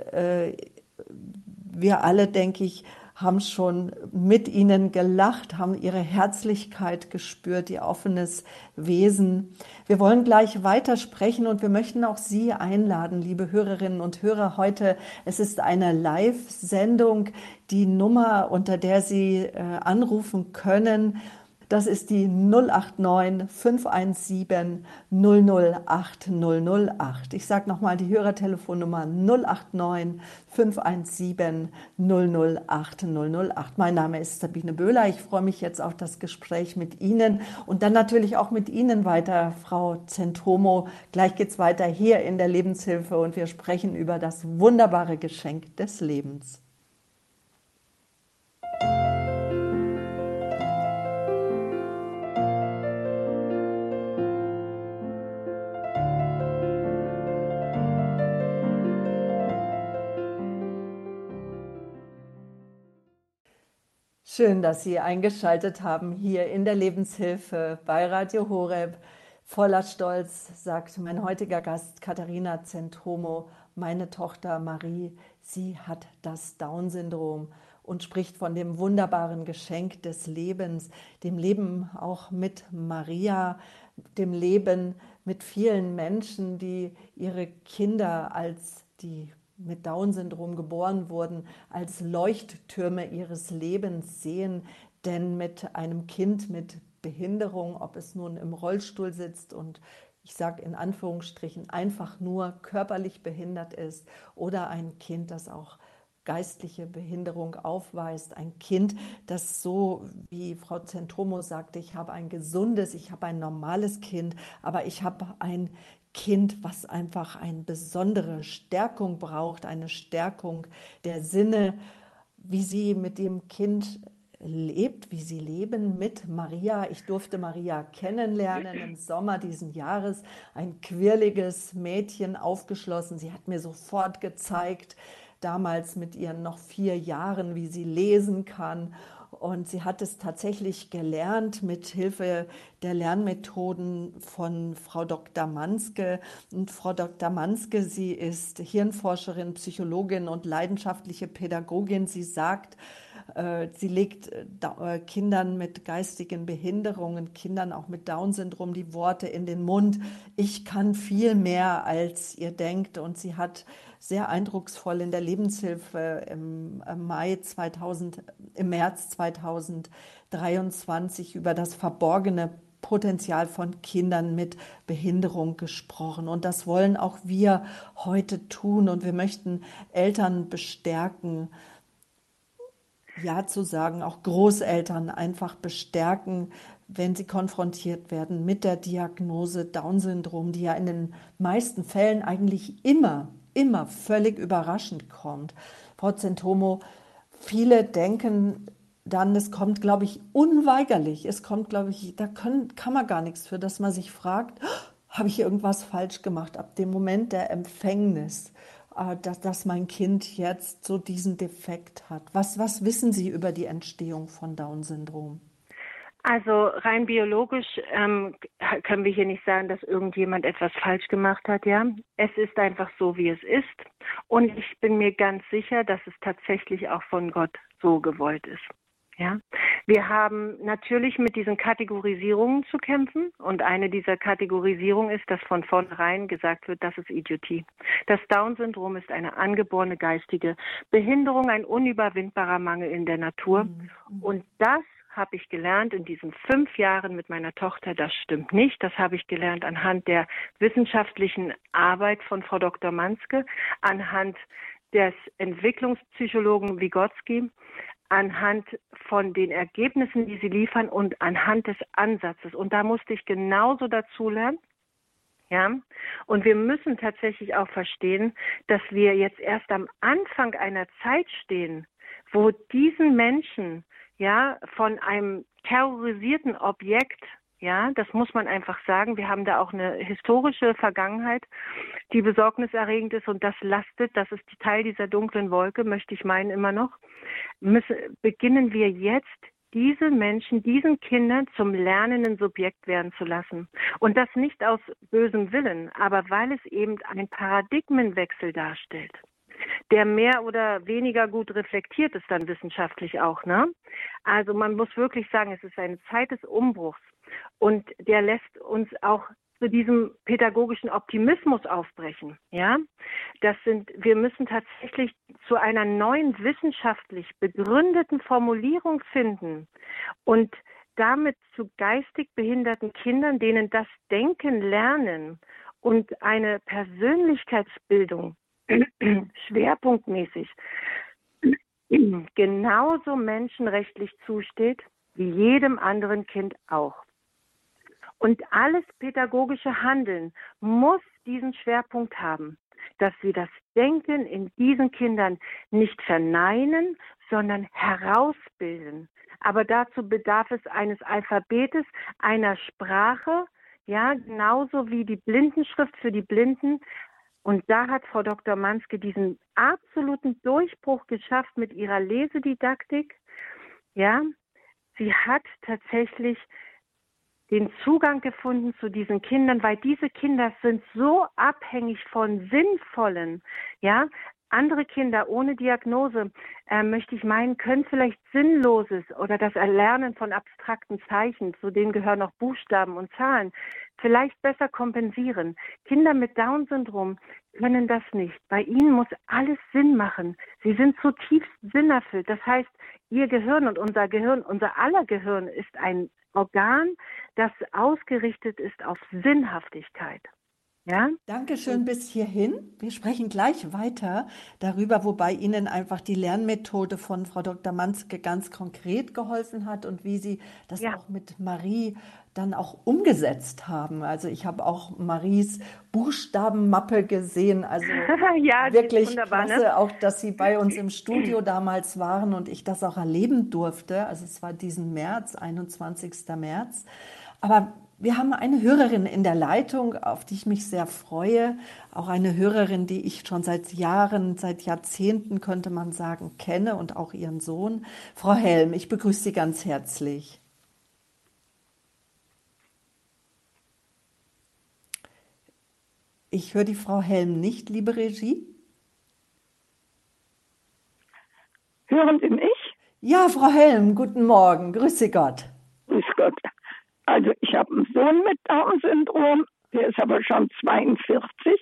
wir alle, denke ich, haben schon mit ihnen gelacht, haben ihre Herzlichkeit gespürt, ihr offenes Wesen. Wir wollen gleich weitersprechen und wir möchten auch Sie einladen, liebe Hörerinnen und Hörer. Heute, es ist eine Live-Sendung. Die Nummer, unter der Sie anrufen können, das ist die 089 517 008 008. Ich sage nochmal die Hörertelefonnummer 089 517 008 008. Mein Name ist Sabine Böhler. Ich freue mich jetzt auf das Gespräch mit Ihnen und dann natürlich auch mit Ihnen weiter, Frau Tentomo. Gleich geht's weiter hier in der Lebenshilfe und wir sprechen über das wunderbare Geschenk des Lebens. Schön, dass Sie eingeschaltet haben hier in der Lebenshilfe bei Radio Horeb. Voller Stolz sagt mein heutiger Gast Katharina Tentomo, meine Tochter Marie, sie hat das Down-Syndrom und spricht von dem wunderbaren Geschenk des Lebens, dem Leben auch mit Maria, dem Leben mit vielen Menschen, die ihre Kinder, als die mit Down-Syndrom geboren wurden, als Leuchttürme ihres Lebens sehen. Denn mit einem Kind mit Behinderung, ob es nun im Rollstuhl sitzt und ich sage in Anführungsstrichen einfach nur körperlich behindert ist, oder ein Kind, das auch geistliche Behinderung aufweist, ein Kind, das so, wie Frau Zentromo sagte, ich habe ein gesundes, ich habe ein normales Kind, aber ich habe ein Kind, was einfach eine besondere Stärkung braucht, eine Stärkung der Sinne, wie sie mit dem Kind lebt, wie sie leben mit Maria. Ich durfte Maria kennenlernen im Sommer diesen Jahres, ein quirliges Mädchen, aufgeschlossen. Sie hat mir sofort gezeigt, damals mit ihren noch 4 Jahren, wie sie lesen kann. Und sie hat es tatsächlich gelernt mit Hilfe der Lernmethoden von Frau Dr. Manske. Und Frau Dr. Manske, sie ist Hirnforscherin, Psychologin und leidenschaftliche Pädagogin. Sie sagt, sie legt Kindern mit geistigen Behinderungen, Kindern auch mit Down-Syndrom die Worte in den Mund. Ich kann viel mehr, als ihr denkt. Und sie hat sehr eindrucksvoll in der Lebenshilfe im März 2023 über das verborgene Potenzial von Kindern mit Behinderung gesprochen. Und das wollen auch wir heute tun. Und wir möchten Eltern bestärken, ja zu sagen, auch Großeltern einfach bestärken, wenn sie konfrontiert werden mit der Diagnose Down-Syndrom, die ja in den meisten Fällen eigentlich immer völlig überraschend kommt. Frau Zentomo, viele denken dann, es kommt, glaube ich, unweigerlich. Es kommt, glaube ich, kann man gar nichts für, dass man sich fragt, habe ich irgendwas falsch gemacht? Ab dem Moment der Empfängnis, dass mein Kind jetzt so diesen Defekt hat. Was wissen Sie über die Entstehung von Down-Syndrom? Also rein biologisch können wir hier nicht sagen, dass irgendjemand etwas falsch gemacht hat, ja. Es ist einfach so, wie es ist. Und ich bin mir ganz sicher, dass es tatsächlich auch von Gott so gewollt ist. Ja, wir haben natürlich mit diesen Kategorisierungen zu kämpfen und eine dieser Kategorisierungen ist, dass von vornherein gesagt wird, das ist Idiotie. Das Down-Syndrom ist eine angeborene geistige Behinderung, ein unüberwindbarer Mangel in der Natur. Und das habe ich gelernt in diesen 5 Jahren mit meiner Tochter, das stimmt nicht. Das habe ich gelernt anhand der wissenschaftlichen Arbeit von Frau Dr. Manske, anhand des Entwicklungspsychologen Vygotsky, anhand von den Ergebnissen, die sie liefern und anhand des Ansatzes. Und da musste ich genauso dazulernen. Ja, und wir müssen tatsächlich auch verstehen, dass wir jetzt erst am Anfang einer Zeit stehen, wo diesen Menschen ja von einem terrorisierten Objekt, ja, das muss man einfach sagen, wir haben da auch eine historische Vergangenheit, die besorgniserregend ist und das lastet, das ist Teil dieser dunklen Wolke, möchte ich meinen immer noch, beginnen wir jetzt diese Menschen, diesen Kindern zum lernenden Subjekt werden zu lassen. Und das nicht aus bösem Willen, aber weil es eben einen Paradigmenwechsel darstellt, der mehr oder weniger gut reflektiert ist dann wissenschaftlich auch, ne? Also man muss wirklich sagen, es ist eine Zeit des Umbruchs und der lässt uns auch zu diesem pädagogischen Optimismus aufbrechen, ja? Wir müssen tatsächlich zu einer neuen wissenschaftlich begründeten Formulierung finden und damit zu geistig behinderten Kindern, denen das Denken lernen und eine Persönlichkeitsbildung schwerpunktmäßig genauso menschenrechtlich zusteht wie jedem anderen Kind auch. Und alles pädagogische Handeln muss diesen Schwerpunkt haben, dass wir das Denken in diesen Kindern nicht verneinen, sondern herausbilden. Aber dazu bedarf es eines Alphabetes, einer Sprache, ja, genauso wie die Blindenschrift für die Blinden. Und da hat Frau Dr. Manske diesen absoluten Durchbruch geschafft mit ihrer Lesedidaktik. Ja, sie hat tatsächlich den Zugang gefunden zu diesen Kindern, weil diese Kinder sind so abhängig von Sinnvollen, ja. Andere Kinder ohne Diagnose, möchte ich meinen, können vielleicht Sinnloses oder das Erlernen von abstrakten Zeichen, zu denen gehören auch Buchstaben und Zahlen, vielleicht besser kompensieren. Kinder mit Down-Syndrom können das nicht. Bei ihnen muss alles Sinn machen. Sie sind zutiefst sinnerfüllt. Das heißt, ihr Gehirn und unser Gehirn, unser aller Gehirn ist ein Organ, das ausgerichtet ist auf Sinnhaftigkeit. Ja? Dankeschön bis hierhin. Wir sprechen gleich weiter darüber, wobei Ihnen einfach die Lernmethode von Frau Dr. Manske ganz konkret geholfen hat und wie Sie das auch mit Marie dann auch umgesetzt haben. Also ich habe auch Maries Buchstabenmappe gesehen. Also ja, wirklich klasse, ne? Auch, dass Sie bei uns im Studio damals waren und ich das auch erleben durfte. Also es war diesen März, 21. März. Aber wir haben eine Hörerin in der Leitung, auf die ich mich sehr freue. Auch eine Hörerin, die ich schon seit Jahren, seit Jahrzehnten, könnte man sagen, kenne und auch ihren Sohn. Frau Helm, ich begrüße Sie ganz herzlich. Ich höre die Frau Helm nicht, liebe Regie. Hören Sie mich? Ja, Frau Helm, guten Morgen. Grüße Gott. Grüß Gott. Also ich habe einen Sohn mit Down-Syndrom, der ist aber schon 42.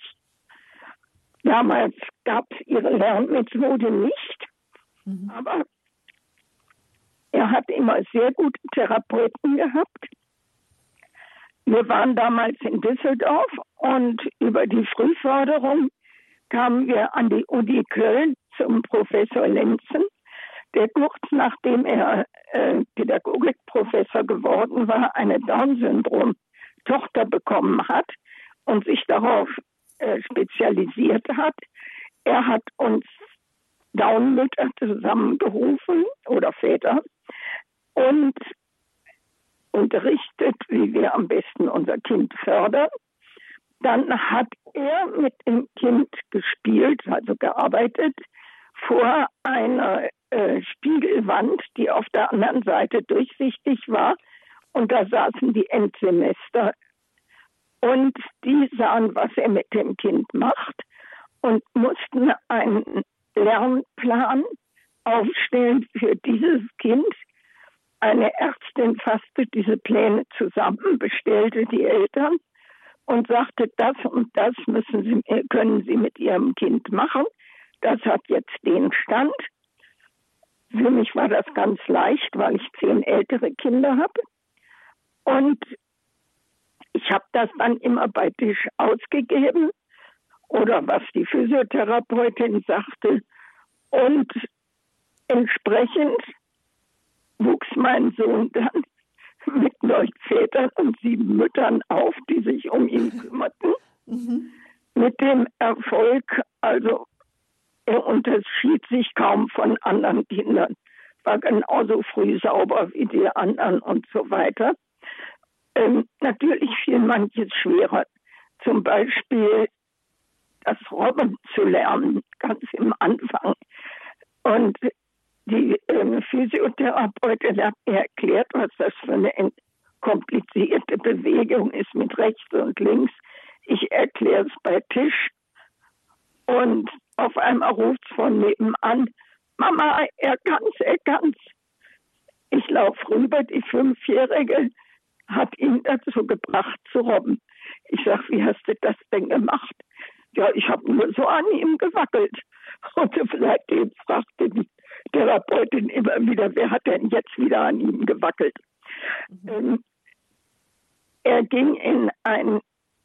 Damals gab es ihre Lernmethode nicht, aber er hat immer sehr gute Therapeuten gehabt. Wir waren damals in Düsseldorf und über die Frühförderung kamen wir an die Uni Köln zum Professor Lenzen, der kurz nachdem er Pädagogikprofessor geworden war, eine Down-Syndrom-Tochter bekommen hat und sich darauf spezialisiert hat. Er hat uns Down-Mütter zusammengerufen oder Väter und unterrichtet, wie wir am besten unser Kind fördern. Dann hat er mit dem Kind gespielt, also gearbeitet, vor einer Spiegelwand, die auf der anderen Seite durchsichtig war. Und da saßen die Endsemester. Und die sahen, was er mit dem Kind macht und mussten einen Lernplan aufstellen für dieses Kind. Eine Ärztin fasste diese Pläne zusammen, bestellte die Eltern und sagte, das und das können Sie mit Ihrem Kind machen. Das hat jetzt den Stand. Für mich war das ganz leicht, weil ich 10 ältere Kinder habe. Und ich habe das dann immer bei Tisch ausgegeben oder was die Physiotherapeutin sagte. Und entsprechend wuchs mein Sohn dann mit 9 Vätern und 7 Müttern auf, die sich um ihn kümmerten. Mit dem Erfolg, also er unterschied sich kaum von anderen Kindern, war genauso früh sauber wie die anderen und so weiter. Natürlich fiel manches schwerer, zum Beispiel das Robben zu lernen, ganz im Anfang. Und die Physiotherapeutin hat mir erklärt, was das für eine komplizierte Bewegung ist mit rechts und links. Ich erkläre es bei Tisch. Und auf einmal ruft es von nebenan, Mama, er kann's. Ich laufe rüber, die 5-Jährige hat ihn dazu gebracht zu robben. Ich sage, wie hast du das denn gemacht? Ja, ich habe nur so an ihm gewackelt. Und seitdem fragte die Therapeutin immer wieder, wer hat denn jetzt wieder an ihm gewackelt? Er ging in ein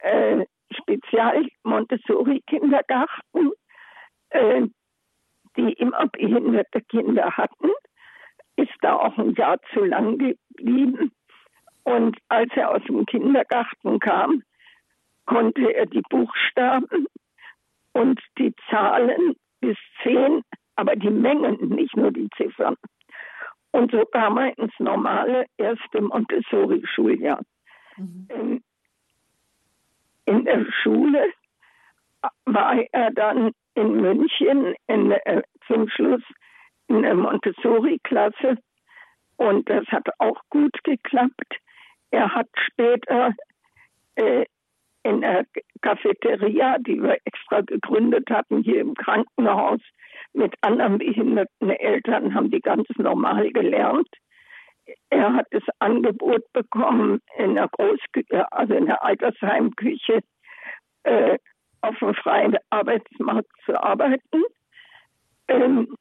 Spezial-Montessori-Kindergarten, die immer behinderte Kinder hatten, ist da auch ein Jahr zu lang geblieben. Und als er aus dem Kindergarten kam, konnte er die Buchstaben und die Zahlen bis 10, aber die Mengen, nicht nur die Ziffern. Und so kam er ins normale erste Montessori-Schuljahr. In der Schule war er dann in München zum Schluss in der Montessori-Klasse und das hat auch gut geklappt. Er hat später in der Cafeteria, die wir extra gegründet hatten, hier im Krankenhaus, mit anderen behinderten Eltern, haben die ganz normal gelernt. Er hat das Angebot bekommen, in der Großküche, also in der Altersheimküche, auf dem freien Arbeitsmarkt zu arbeiten. Und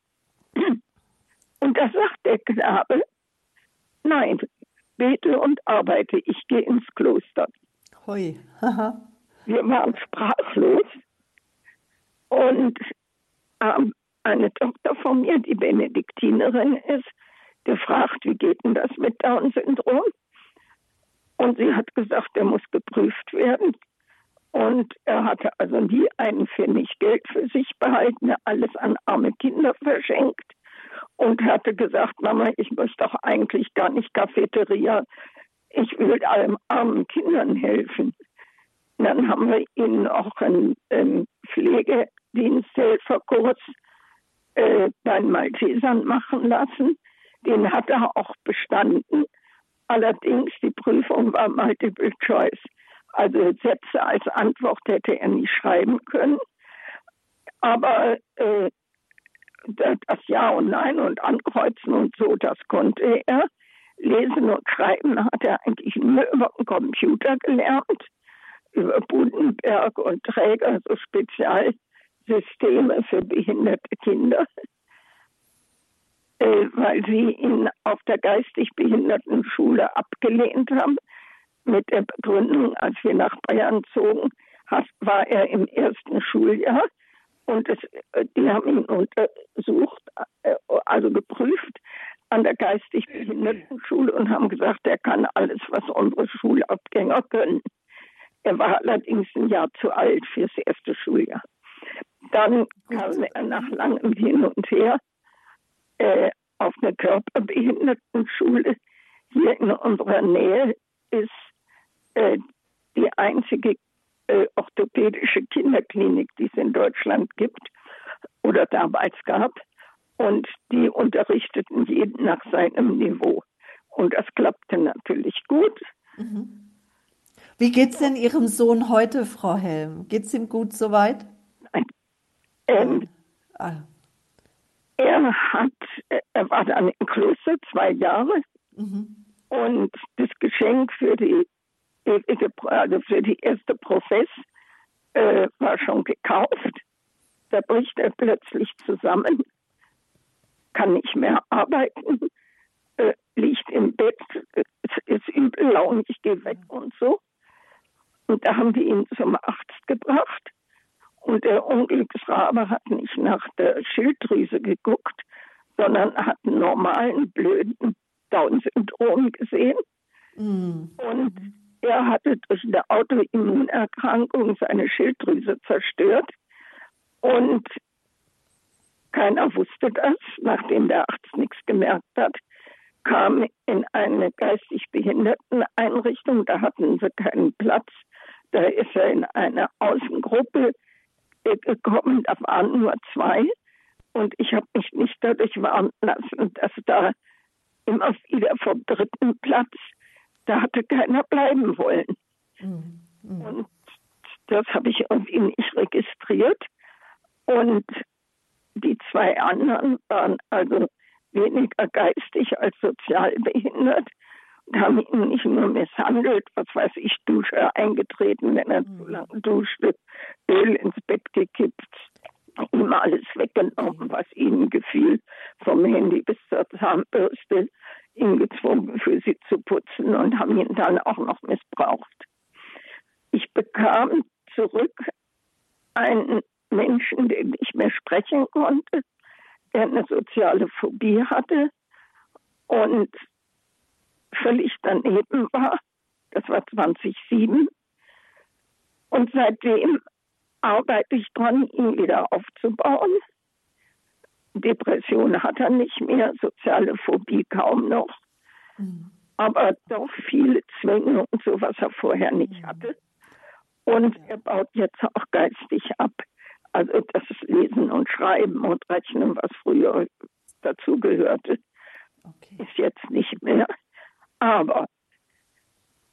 da sagt der Knabe, nein, bete und arbeite, ich gehe ins Kloster. Hui. Wir waren sprachlos und eine Tochter von mir, die Benediktinerin ist, gefragt, wie geht denn das mit Down-Syndrom? Und sie hat gesagt, er muss geprüft werden. Und er hatte also nie einen Pfennig Geld für sich behalten, alles an arme Kinder verschenkt und hatte gesagt, Mama, ich möchte doch eigentlich gar nicht Cafeteria, ich will allen armen Kindern helfen. Und dann haben wir ihn auch einen Pflegediensthelferkurs bei den Maltesern machen lassen. Den hat er auch bestanden. Allerdings, die Prüfung war Multiple Choice. Also Sätze als Antwort hätte er nicht schreiben können. Aber das Ja und Nein und Ankreuzen und so, das konnte er. Lesen und Schreiben hat er eigentlich nur über den Computer gelernt. Über Gutenberg und Träger, so Spezialsysteme für behinderte Kinder. Weil sie ihn auf der geistig behinderten Schule abgelehnt haben. Mit der Begründung, als wir nach Bayern zogen, war er im ersten Schuljahr und die haben ihn untersucht, also geprüft an der geistig behinderten Schule und haben gesagt, er kann alles, was unsere Schulabgänger können. Er war allerdings ein Jahr zu alt fürs erste Schuljahr. Dann kam er nach langem Hin und Her auf eine Körperbehindertenschule. Hier in unserer Nähe ist die einzige orthopädische Kinderklinik, die es in Deutschland gibt oder damals gab. Und die unterrichteten jeden nach seinem Niveau. Und das klappte natürlich gut. Mhm. Wie geht's denn Ihrem Sohn heute, Frau Helm? Geht's ihm gut soweit? Nein. Er war dann im Kloster 2 Jahre. Mhm. Und das Geschenk für die erste Profess war schon gekauft. Da bricht er plötzlich zusammen, kann nicht mehr arbeiten, liegt im Bett, ist übel launig, ich gehe weg und so. Und da haben die ihn zum Arzt gebracht. Und der Unglücksrabe hat nicht nach der Schilddrüse geguckt, sondern hat einen normalen, blöden Down-Syndrom gesehen. Mhm. Und er hatte durch eine Autoimmunerkrankung seine Schilddrüse zerstört. Und keiner wusste das, nachdem der Arzt nichts gemerkt hat, kam in eine geistig Behinderteneinrichtung, da hatten sie keinen Platz. Da ist er in eine Außengruppe gekommen, da waren nur 2. Und ich habe mich nicht dadurch warnen lassen, dass da immer wieder vom 3. Platz, da hatte keiner bleiben wollen. Mhm. Und das habe ich irgendwie nicht registriert. Und die 2 anderen waren also weniger geistig als sozial behindert und haben ihn nicht nur misshandelt, was weiß ich, Dusche eingetreten, wenn er zu lange duschte, Öl ins Bett gekippt, ihm alles weggenommen, was ihnen gefiel, vom Handy bis zur Zahnbürste, ihn gezwungen, für sie zu putzen und haben ihn dann auch noch missbraucht. Ich bekam zurück einen Menschen, der nicht mehr sprechen konnte, der eine soziale Phobie hatte und völlig daneben war. Das war 2007. Und seitdem arbeite ich dran, ihn wieder aufzubauen. Depression hat er nicht mehr, soziale Phobie kaum noch. Mhm. Aber doch viele Zwänge und so, was er vorher nicht hatte. Und er baut jetzt auch geistig ab. Also das Lesen und Schreiben und Rechnen, was früher dazugehörte, ist jetzt nicht mehr. Aber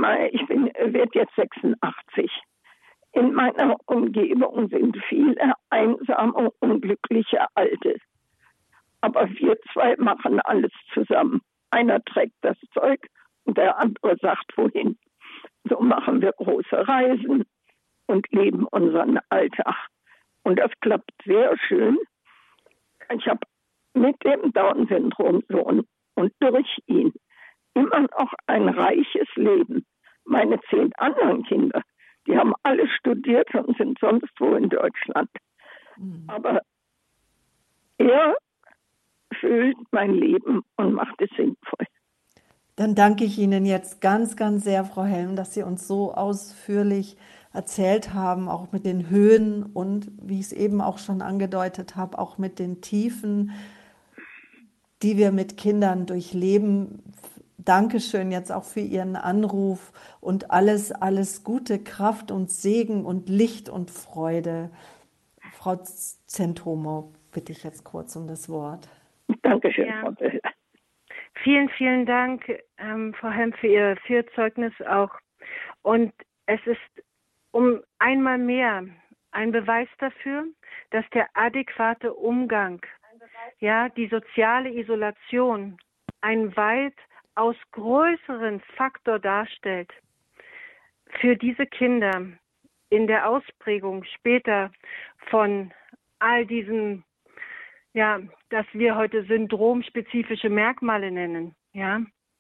werde jetzt 86. In meiner Umgebung sind viele einsame, unglückliche Alte. Aber wir zwei machen alles zusammen. Einer trägt das Zeug und der andere sagt, wohin. So machen wir große Reisen und leben unseren Alltag. Und das klappt sehr schön. Ich habe mit dem Down-Syndrom-Sohn und durch ihn immer noch ein reiches Leben. Meine 10 anderen Kinder, die haben alle studiert und sind sonst wo in Deutschland. Aber er füllt mein Leben und macht es sinnvoll. Dann danke ich Ihnen jetzt ganz, ganz sehr, Frau Helm, dass Sie uns so ausführlich erzählt haben, auch mit den Höhen und, wie ich es eben auch schon angedeutet habe, auch mit den Tiefen, die wir mit Kindern durchleben. Dankeschön jetzt auch für Ihren Anruf und alles Gute, Kraft und Segen und Licht und Freude. Frau Zentomo, bitte ich jetzt kurz um das Wort. Dankeschön, Ja. Frau Böller. Vielen, vielen Dank, Frau Helm, für Ihr Zeugnis auch. Und es ist einmal mehr ein Beweis dafür, dass der adäquate Umgang, ja, die soziale Isolation, einen weitaus größeren Faktor darstellt für diese Kinder in der Ausprägung später von all diesen, ja, dass wir heute syndromspezifische Merkmale nennen, ja,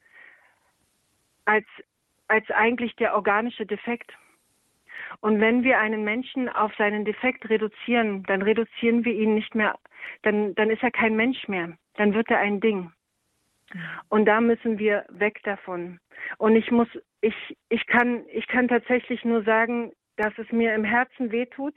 als eigentlich der organische Defekt. Und wenn wir einen Menschen auf seinen Defekt reduzieren, dann reduzieren wir ihn nicht mehr, dann ist er kein Mensch mehr, dann wird er ein Ding. Und da müssen wir weg davon. Und ich kann tatsächlich nur sagen, dass es mir im Herzen wehtut,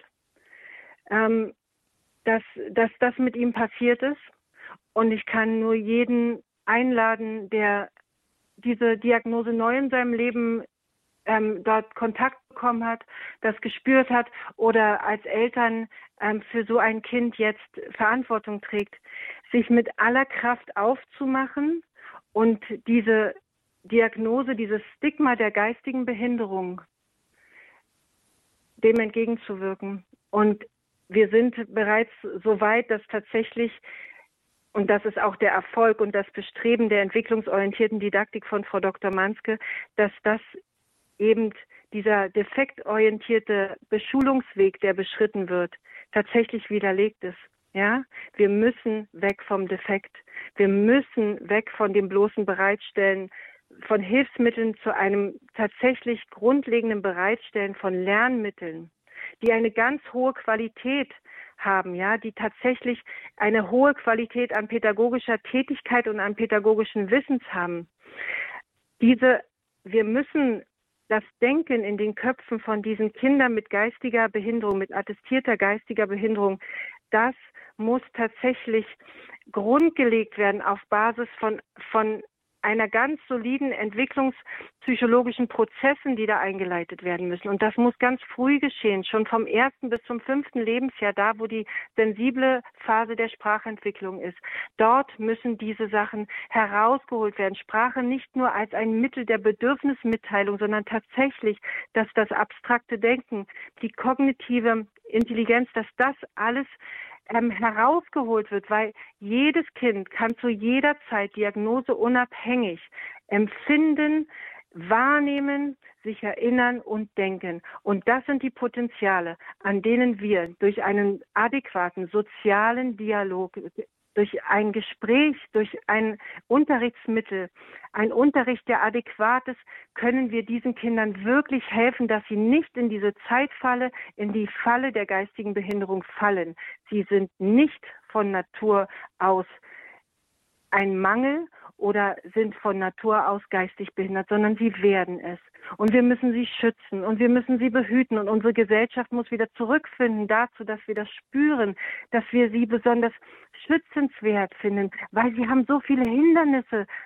dass das mit ihm passiert ist. Und ich kann nur jeden einladen, der diese Diagnose neu in seinem Leben dort Kontakt bekommen hat, das gespürt hat oder als Eltern für so ein Kind jetzt Verantwortung trägt, sich mit aller Kraft aufzumachen und diese Diagnose, dieses Stigma der geistigen Behinderung, dem entgegenzuwirken. Und wir sind bereits so weit, dass tatsächlich, und das ist auch der Erfolg und das Bestreben der entwicklungsorientierten Didaktik von Frau Dr. Manske, dass das eben dieser defektorientierte Beschulungsweg, der beschritten wird, tatsächlich widerlegt ist. Ja, wir müssen weg vom Defekt. Wir müssen weg von dem bloßen Bereitstellen von Hilfsmitteln zu einem tatsächlich grundlegenden Bereitstellen von Lernmitteln, die eine ganz hohe Qualität haben, ja, die tatsächlich eine hohe Qualität an pädagogischer Tätigkeit und an pädagogischen Wissens haben. Wir müssen das Denken in den Köpfen von diesen Kindern mit geistiger Behinderung, mit attestierter geistiger Behinderung, das muss tatsächlich grundgelegt werden auf Basis von einer ganz soliden entwicklungspsychologischen Prozessen, die da eingeleitet werden müssen. Und das muss ganz früh geschehen, schon vom 1. bis zum 5. Lebensjahr, da wo die sensible Phase der Sprachentwicklung ist. Dort müssen diese Sachen herausgeholt werden. Sprache nicht nur als ein Mittel der Bedürfnismitteilung, sondern tatsächlich, dass das abstrakte Denken, die kognitive Intelligenz, dass das alles herausgeholt wird, weil jedes Kind kann zu jeder Zeit diagnoseunabhängig empfinden, wahrnehmen, sich erinnern und denken. Und das sind die Potenziale, an denen wir durch einen adäquaten sozialen Dialog, durch ein Gespräch, durch ein Unterrichtsmittel, ein Unterricht, der adäquat ist, können wir diesen Kindern wirklich helfen, dass sie nicht in diese Zeitfalle, in die Falle der geistigen Behinderung fallen. Sie sind nicht von Natur aus ein Mangel oder sind von Natur aus geistig behindert, sondern sie werden es. Und wir müssen sie schützen und wir müssen sie behüten und unsere Gesellschaft muss wieder zurückfinden dazu, dass wir das spüren, dass wir sie besonders schützenswert finden, weil sie haben so viele Hindernisse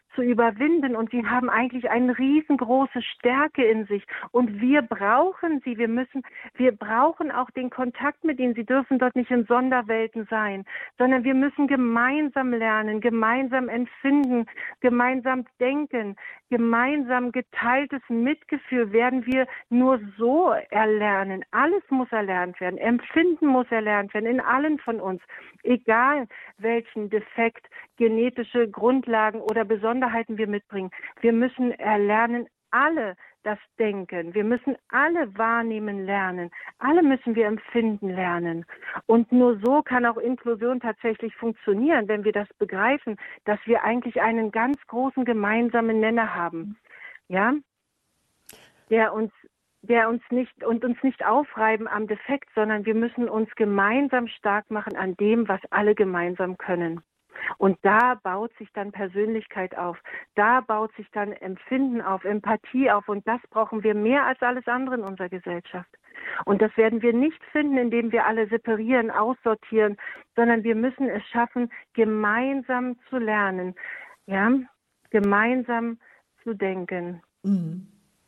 zu überwinden. Und sie haben eigentlich eine riesengroße Stärke in sich. Und wir brauchen sie. Wir brauchen auch den Kontakt mit ihnen. Sie dürfen dort nicht in Sonderwelten sein, sondern wir müssen gemeinsam lernen, gemeinsam empfinden, gemeinsam denken, gemeinsam geteiltes Mitgefühl werden wir nur so erlernen. Alles muss erlernt werden. Empfinden muss erlernt werden in allen von uns. Egal welchen Defekt, genetische Grundlagen oder Besonderheiten wir mitbringen. Wir müssen erlernen, alle das Denken. Wir müssen alle wahrnehmen lernen. Alle müssen wir empfinden lernen. Und nur so kann auch Inklusion tatsächlich funktionieren, wenn wir das begreifen, dass wir eigentlich einen ganz großen gemeinsamen Nenner haben. Ja? Der uns nicht aufreiben am Defekt, sondern wir müssen uns gemeinsam stark machen an dem, was alle gemeinsam können. Und da baut sich dann Persönlichkeit auf, da baut sich dann Empfinden auf, Empathie auf und das brauchen wir mehr als alles andere in unserer Gesellschaft. Und das werden wir nicht finden, indem wir alle separieren, aussortieren, sondern wir müssen es schaffen, gemeinsam zu lernen, ja, gemeinsam zu denken. Mhm.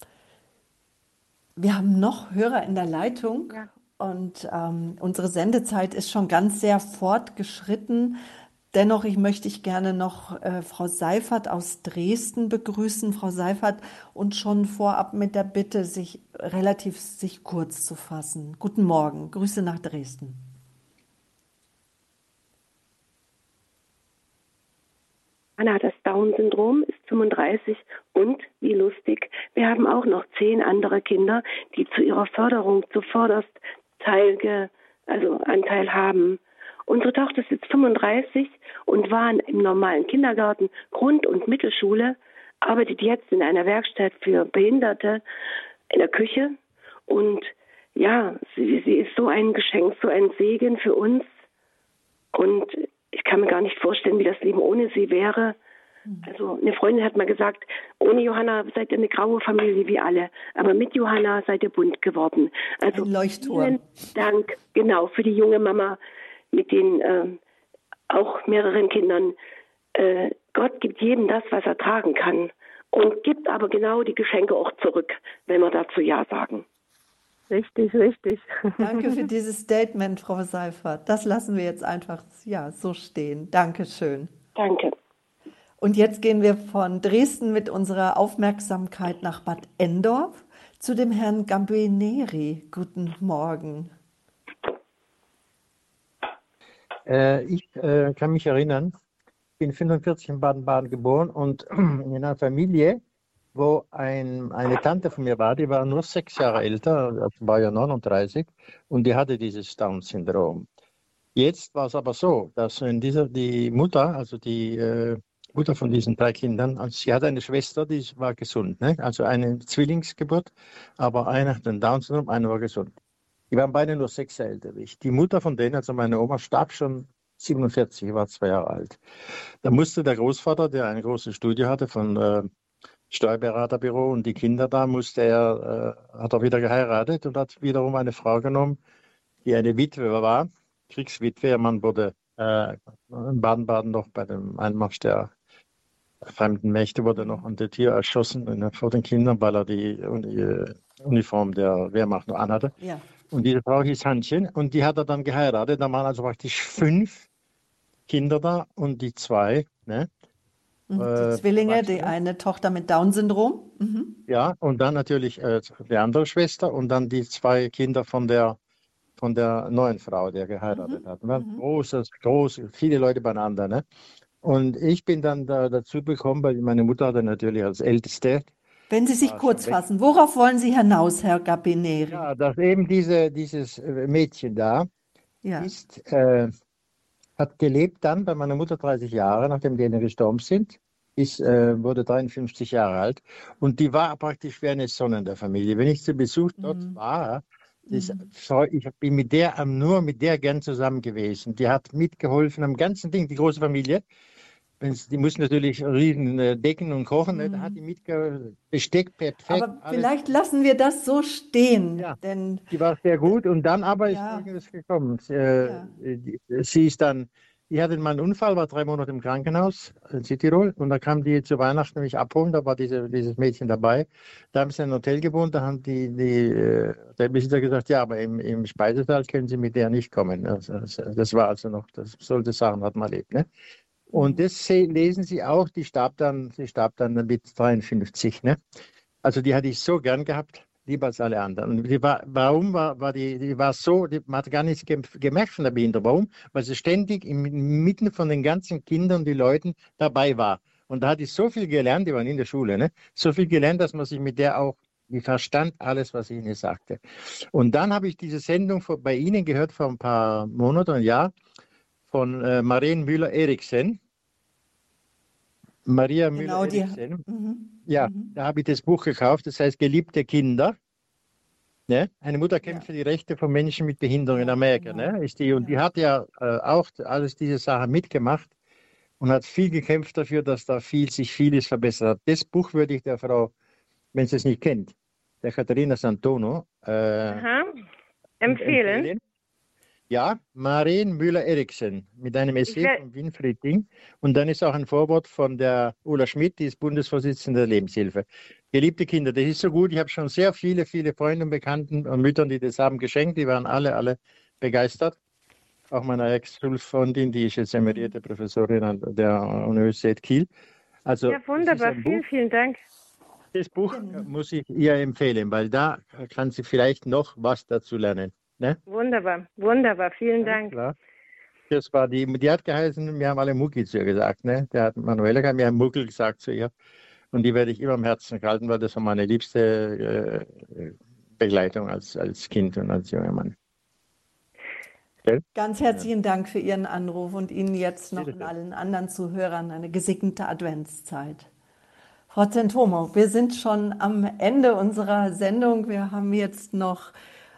Wir haben noch Hörer in der Leitung, Ja. und unsere Sendezeit ist schon ganz sehr fortgeschritten. Dennoch, möchte ich gerne noch Frau Seifert aus Dresden begrüßen. Frau Seifert, und schon vorab mit der Bitte, sich kurz zu fassen. Guten Morgen, Grüße nach Dresden. Anna hat das Down-Syndrom, ist 35 und, wie lustig, wir haben auch noch 10 andere Kinder, die zu ihrer Förderung zuvorderst Anteil haben. Unsere Tochter ist jetzt 35 und war im normalen Kindergarten, Grund- und Mittelschule, arbeitet jetzt in einer Werkstatt für Behinderte in der Küche. Und ja, sie ist so ein Geschenk, so ein Segen für uns. Und ich kann mir gar nicht vorstellen, wie das Leben ohne sie wäre. Also eine Freundin hat mal gesagt, ohne Johanna seid ihr eine graue Familie wie alle, aber mit Johanna seid ihr bunt geworden. Also ein Leuchtturm. Vielen Dank, genau, für die junge Mama mit den auch mehreren Kindern. Gott gibt jedem das, was er tragen kann und gibt aber genau die Geschenke auch zurück, wenn wir dazu Ja sagen. Richtig, richtig. Danke für dieses Statement, Frau Seifert. Das lassen wir jetzt einfach so stehen. Dankeschön. Danke. Und jetzt gehen wir von Dresden mit unserer Aufmerksamkeit nach Bad Endorf zu dem Herrn Gambineri. Guten Morgen. Ich kann mich erinnern, ich bin 45 in Baden-Baden geboren und in einer Familie, wo eine Tante von mir war, die war nur 6 Jahre älter, das war ja 39, und die hatte dieses Down-Syndrom. Jetzt war es aber so, dass die Mutter, also die Mutter von diesen 3 Kindern, also sie hatte eine Schwester, die war gesund, ne? Also eine Zwillingsgeburt, aber einer hat ein Down-Syndrom, einer war gesund. Die waren beide nur 6 Jahre älter wie ich. Die Mutter von denen, also meine Oma, starb schon 47, war 2 Jahre alt. Da musste der Großvater, der eine große Studie hatte von Steuerberaterbüro und die Kinder da, hat er wieder geheiratet und hat wiederum eine Frau genommen, die eine Witwe war, Kriegswitwe. Ihr Mann wurde in Baden-Baden noch bei dem Einmarsch der fremden Mächte wurde noch an der Tür erschossen vor den Kindern, weil er die Uniform der Wehrmacht noch anhatte. Ja. Und diese Frau hieß Hannchen und die hat er dann geheiratet. Da waren also praktisch 5 Kinder da und die 2, ne? Die Zwillinge, die eine Tochter mit Down-Syndrom. Mhm. Ja, und dann natürlich die andere Schwester und dann die 2 Kinder von der neuen Frau, die er geheiratet hat. Groß, viele Leute beieinander, ne? Und ich bin dann dazu gekommen, weil meine Mutter hatte natürlich als Älteste. Wenn Sie sich kurz fassen, worauf wollen Sie hinaus, Herr Gambineri? Ja, dass eben dieses Mädchen da hat gelebt dann bei meiner Mutter 30 Jahre, nachdem die gestorben sind, wurde 53 Jahre alt und die war praktisch wie eine Sonne in der Familie. Wenn ich zu Besuch dort war, ich bin nur mit der gern zusammen gewesen. Die hat mitgeholfen am ganzen Ding, die große Familie. Die mussten natürlich riesen decken und kochen, da hat die Besteck perfekt. Aber vielleicht lassen wir das so stehen. Ja, denn die war sehr gut und dann aber ist Folgendes gekommen. Sie ist dann Die hatte mal einen Unfall, war 3 Monate im Krankenhaus in Südtirol und da kam die zu Weihnachten mich abholen, da war dieses Mädchen dabei. Da haben sie in ein Hotel gewohnt, da haben der Besitzer gesagt, ja, aber im Speisesaal können Sie mit der nicht kommen. Das war also noch, solche Sachen hat man erlebt. Ne? Und das lesen Sie auch, sie starb dann mit 53. Ne? Also die hatte ich so gern gehabt, lieber als alle anderen. Und die war so, man hat gar nichts gemerkt von der Behinderung. Warum? Weil sie ständig inmitten von den ganzen Kindern und die Leuten dabei war. Und da hatte ich so viel gelernt, die waren in der Schule, ne? So viel gelernt, dass man sich mit der auch, die verstand alles, was ich ihnen sagte. Und dann habe ich diese Sendung bei Ihnen gehört vor ein paar Monaten, ein Jahr, von Maren Müller-Eriksen. Maria Genau, Müller-Eriksen. Ja, da habe ich das Buch gekauft, das heißt Geliebte Kinder. Ne? Eine Mutter kämpft für die Rechte von Menschen mit Behinderung in Amerika. Genau. Ne? Die hat ja auch alles diese Sachen mitgemacht und hat viel gekämpft dafür, dass da sich vieles verbessert hat. Das Buch würde ich der Frau, wenn sie es nicht kennt, der Katharina Santono empfehlen. Ja, Maren Müller-Eriksen mit einem Essay von Winfried Ding. Und dann ist auch ein Vorwort von der Ulla Schmidt, die ist Bundesvorsitzende der Lebenshilfe. Geliebte Kinder, das ist so gut. Ich habe schon sehr viele Freunde und Bekannten und Müttern, die das haben geschenkt. Die waren alle begeistert. Auch meine Ex-Schulfreundin, die ist jetzt emeritierte Professorin an der Universität Kiel. Also, ja, wunderbar. Vielen Dank. Das Buch muss ich ihr empfehlen, weil da kann sie vielleicht noch was dazu lernen. Ne? Wunderbar. Vielen Dank. Klar. Das war die hat geheißen, wir haben alle Mucki zu ihr gesagt. Ne? Der hat Manuela gehabt, wir haben Muckel gesagt zu ihr. Und die werde ich immer am Herzen halten, weil das war meine liebste Begleitung als Kind und als junger Mann. Okay? Ganz herzlichen Dank für Ihren Anruf und Ihnen jetzt noch und allen anderen Zuhörern eine gesegnete Adventszeit. Frau Zentomo, wir sind schon am Ende unserer Sendung. Wir haben jetzt noch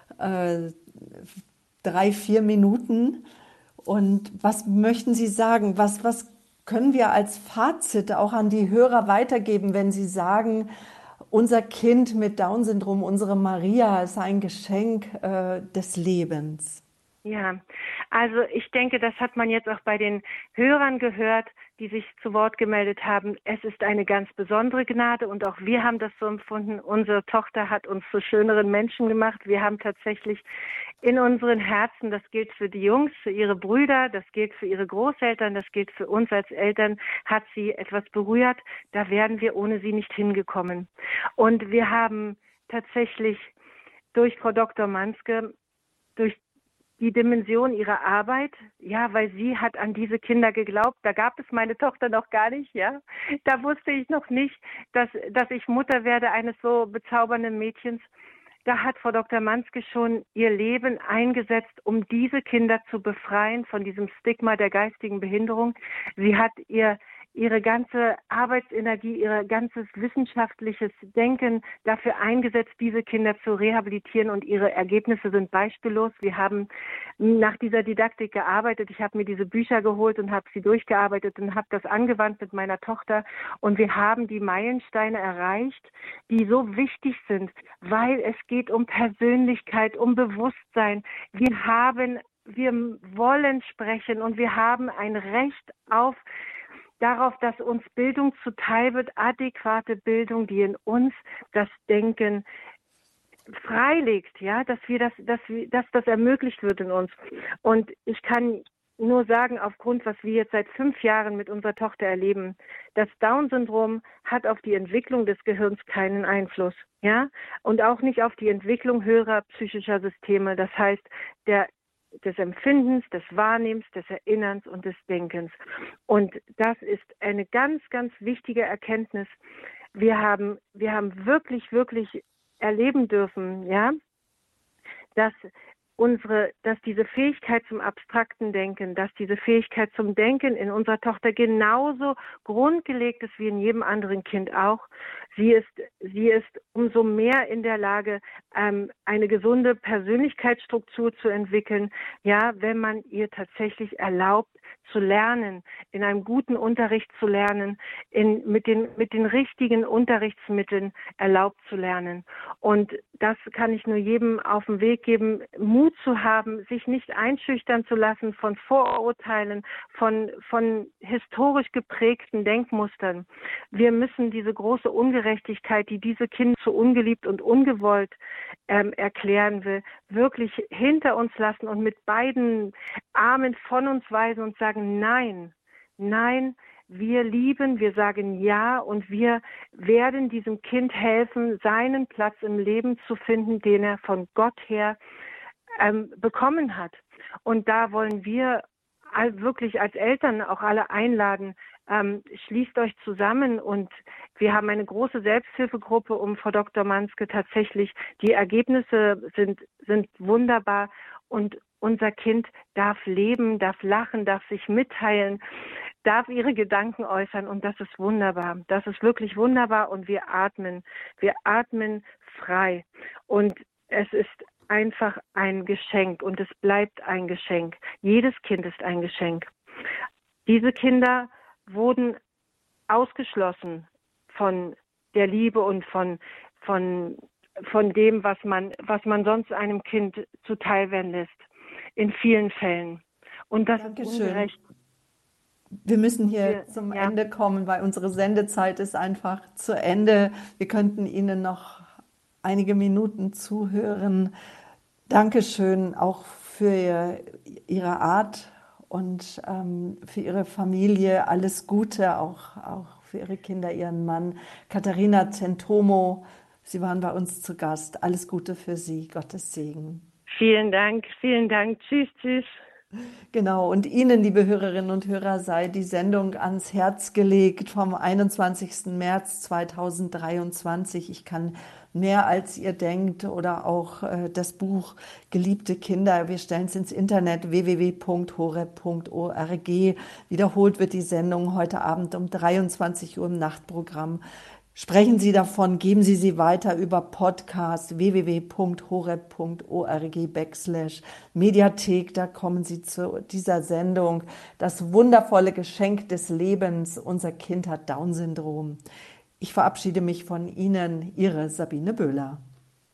3-4 Minuten. Und was möchten Sie sagen? Was können wir als Fazit auch an die Hörer weitergeben, wenn Sie sagen, unser Kind mit Down-Syndrom, unsere Maria, ist ein Geschenk des Lebens? Ja, also ich denke, das hat man jetzt auch bei den Hörern gehört, die sich zu Wort gemeldet haben. Es ist eine ganz besondere Gnade und auch wir haben das so empfunden. Unsere Tochter hat uns zu schöneren Menschen gemacht. Wir haben tatsächlich in unseren Herzen, das gilt für die Jungs, für ihre Brüder, das gilt für ihre Großeltern, das gilt für uns als Eltern, hat sie etwas berührt. Da wären wir ohne sie nicht hingekommen. Und wir haben tatsächlich durch Frau Dr. Manske, durch die Dimension ihrer Arbeit, ja, weil sie hat an diese Kinder geglaubt. Da gab es meine Tochter noch gar nicht, ja. Da wusste ich noch nicht, dass ich Mutter werde eines so bezaubernden Mädchens. Da hat Frau Dr. Manske schon ihr Leben eingesetzt, um diese Kinder zu befreien von diesem Stigma der geistigen Behinderung. Sie hat ihre ganze Arbeitsenergie, ihr ganzes wissenschaftliches Denken dafür eingesetzt, diese Kinder zu rehabilitieren und ihre Ergebnisse sind beispiellos. Wir haben nach dieser Didaktik gearbeitet. Ich habe mir diese Bücher geholt und habe sie durchgearbeitet und habe das angewandt mit meiner Tochter und wir haben die Meilensteine erreicht, die so wichtig sind, weil es geht um Persönlichkeit, um Bewusstsein. Wir wollen sprechen und wir haben ein Recht darauf, dass uns Bildung zuteil wird, adäquate Bildung, die in uns das Denken freilegt, ja, dass das ermöglicht wird in uns. Und ich kann nur sagen, aufgrund, was wir jetzt seit 5 Jahren mit unserer Tochter erleben, das Down-Syndrom hat auf die Entwicklung des Gehirns keinen Einfluss, ja, und auch nicht auf die Entwicklung höherer psychischer Systeme. Das heißt, des Empfindens, des Wahrnehmens, des Erinnerns und des Denkens. Und das ist eine ganz, ganz wichtige Erkenntnis. Wir haben wirklich, wirklich erleben dürfen, ja, dass diese Fähigkeit zum abstrakten Denken, dass diese Fähigkeit zum Denken in unserer Tochter genauso grundgelegt ist wie in jedem anderen Kind auch. Sie ist umso mehr in der Lage, eine gesunde Persönlichkeitsstruktur zu entwickeln, ja, wenn man ihr tatsächlich erlaubt, zu lernen, in einem guten Unterricht zu lernen, mit den richtigen Unterrichtsmitteln erlaubt zu lernen. Und das kann ich nur jedem auf den Weg geben, Mut zu haben, sich nicht einschüchtern zu lassen von Vorurteilen, von historisch geprägten Denkmustern. Wir müssen diese große Ungerechtigkeit, die diese Kinder so ungeliebt und ungewollt erklären will, wirklich hinter uns lassen und mit beiden Armen von uns weisen und sagen, nein, nein, wir lieben, wir sagen ja und wir werden diesem Kind helfen, seinen Platz im Leben zu finden, den er von Gott her bekommen hat. Und da wollen wir wirklich als Eltern auch alle einladen, schließt euch zusammen und wir haben eine große Selbsthilfegruppe um Frau Dr. Manske tatsächlich. Die Ergebnisse sind wunderbar und unser Kind darf leben, darf lachen, darf sich mitteilen, darf ihre Gedanken äußern und das ist wunderbar. Das ist wirklich wunderbar und wir atmen frei und es ist einfach ein Geschenk und es bleibt ein Geschenk. Jedes Kind ist ein Geschenk. Diese Kinder wurden ausgeschlossen von der Liebe und von dem, was man sonst einem Kind zuteil werden lässt. In vielen Fällen. Und das ist ungerecht. Wir müssen hier zum Ende kommen, weil unsere Sendezeit ist einfach zu Ende. Wir könnten Ihnen noch einige Minuten zuhören. Dankeschön auch für Ihre Art und für Ihre Familie. Alles Gute, auch für Ihre Kinder, Ihren Mann. Katharina Zentomo, Sie waren bei uns zu Gast. Alles Gute für Sie. Gottes Segen. Vielen Dank, vielen Dank. Tschüss, tschüss. Genau, und Ihnen, liebe Hörerinnen und Hörer, sei die Sendung ans Herz gelegt vom 21. März 2023. Ich kann mehr als ihr denkt oder auch das Buch Geliebte Kinder. Wir stellen es ins Internet www.horeb.org. Wiederholt wird die Sendung heute Abend um 23 Uhr im Nachtprogramm. Sprechen Sie davon, geben Sie sie weiter über Podcast www.horeb.org/Mediathek. Da kommen Sie zu dieser Sendung. Das wundervolle Geschenk des Lebens. Unser Kind hat Down-Syndrom. Ich verabschiede mich von Ihnen, Ihre Sabine Böhler.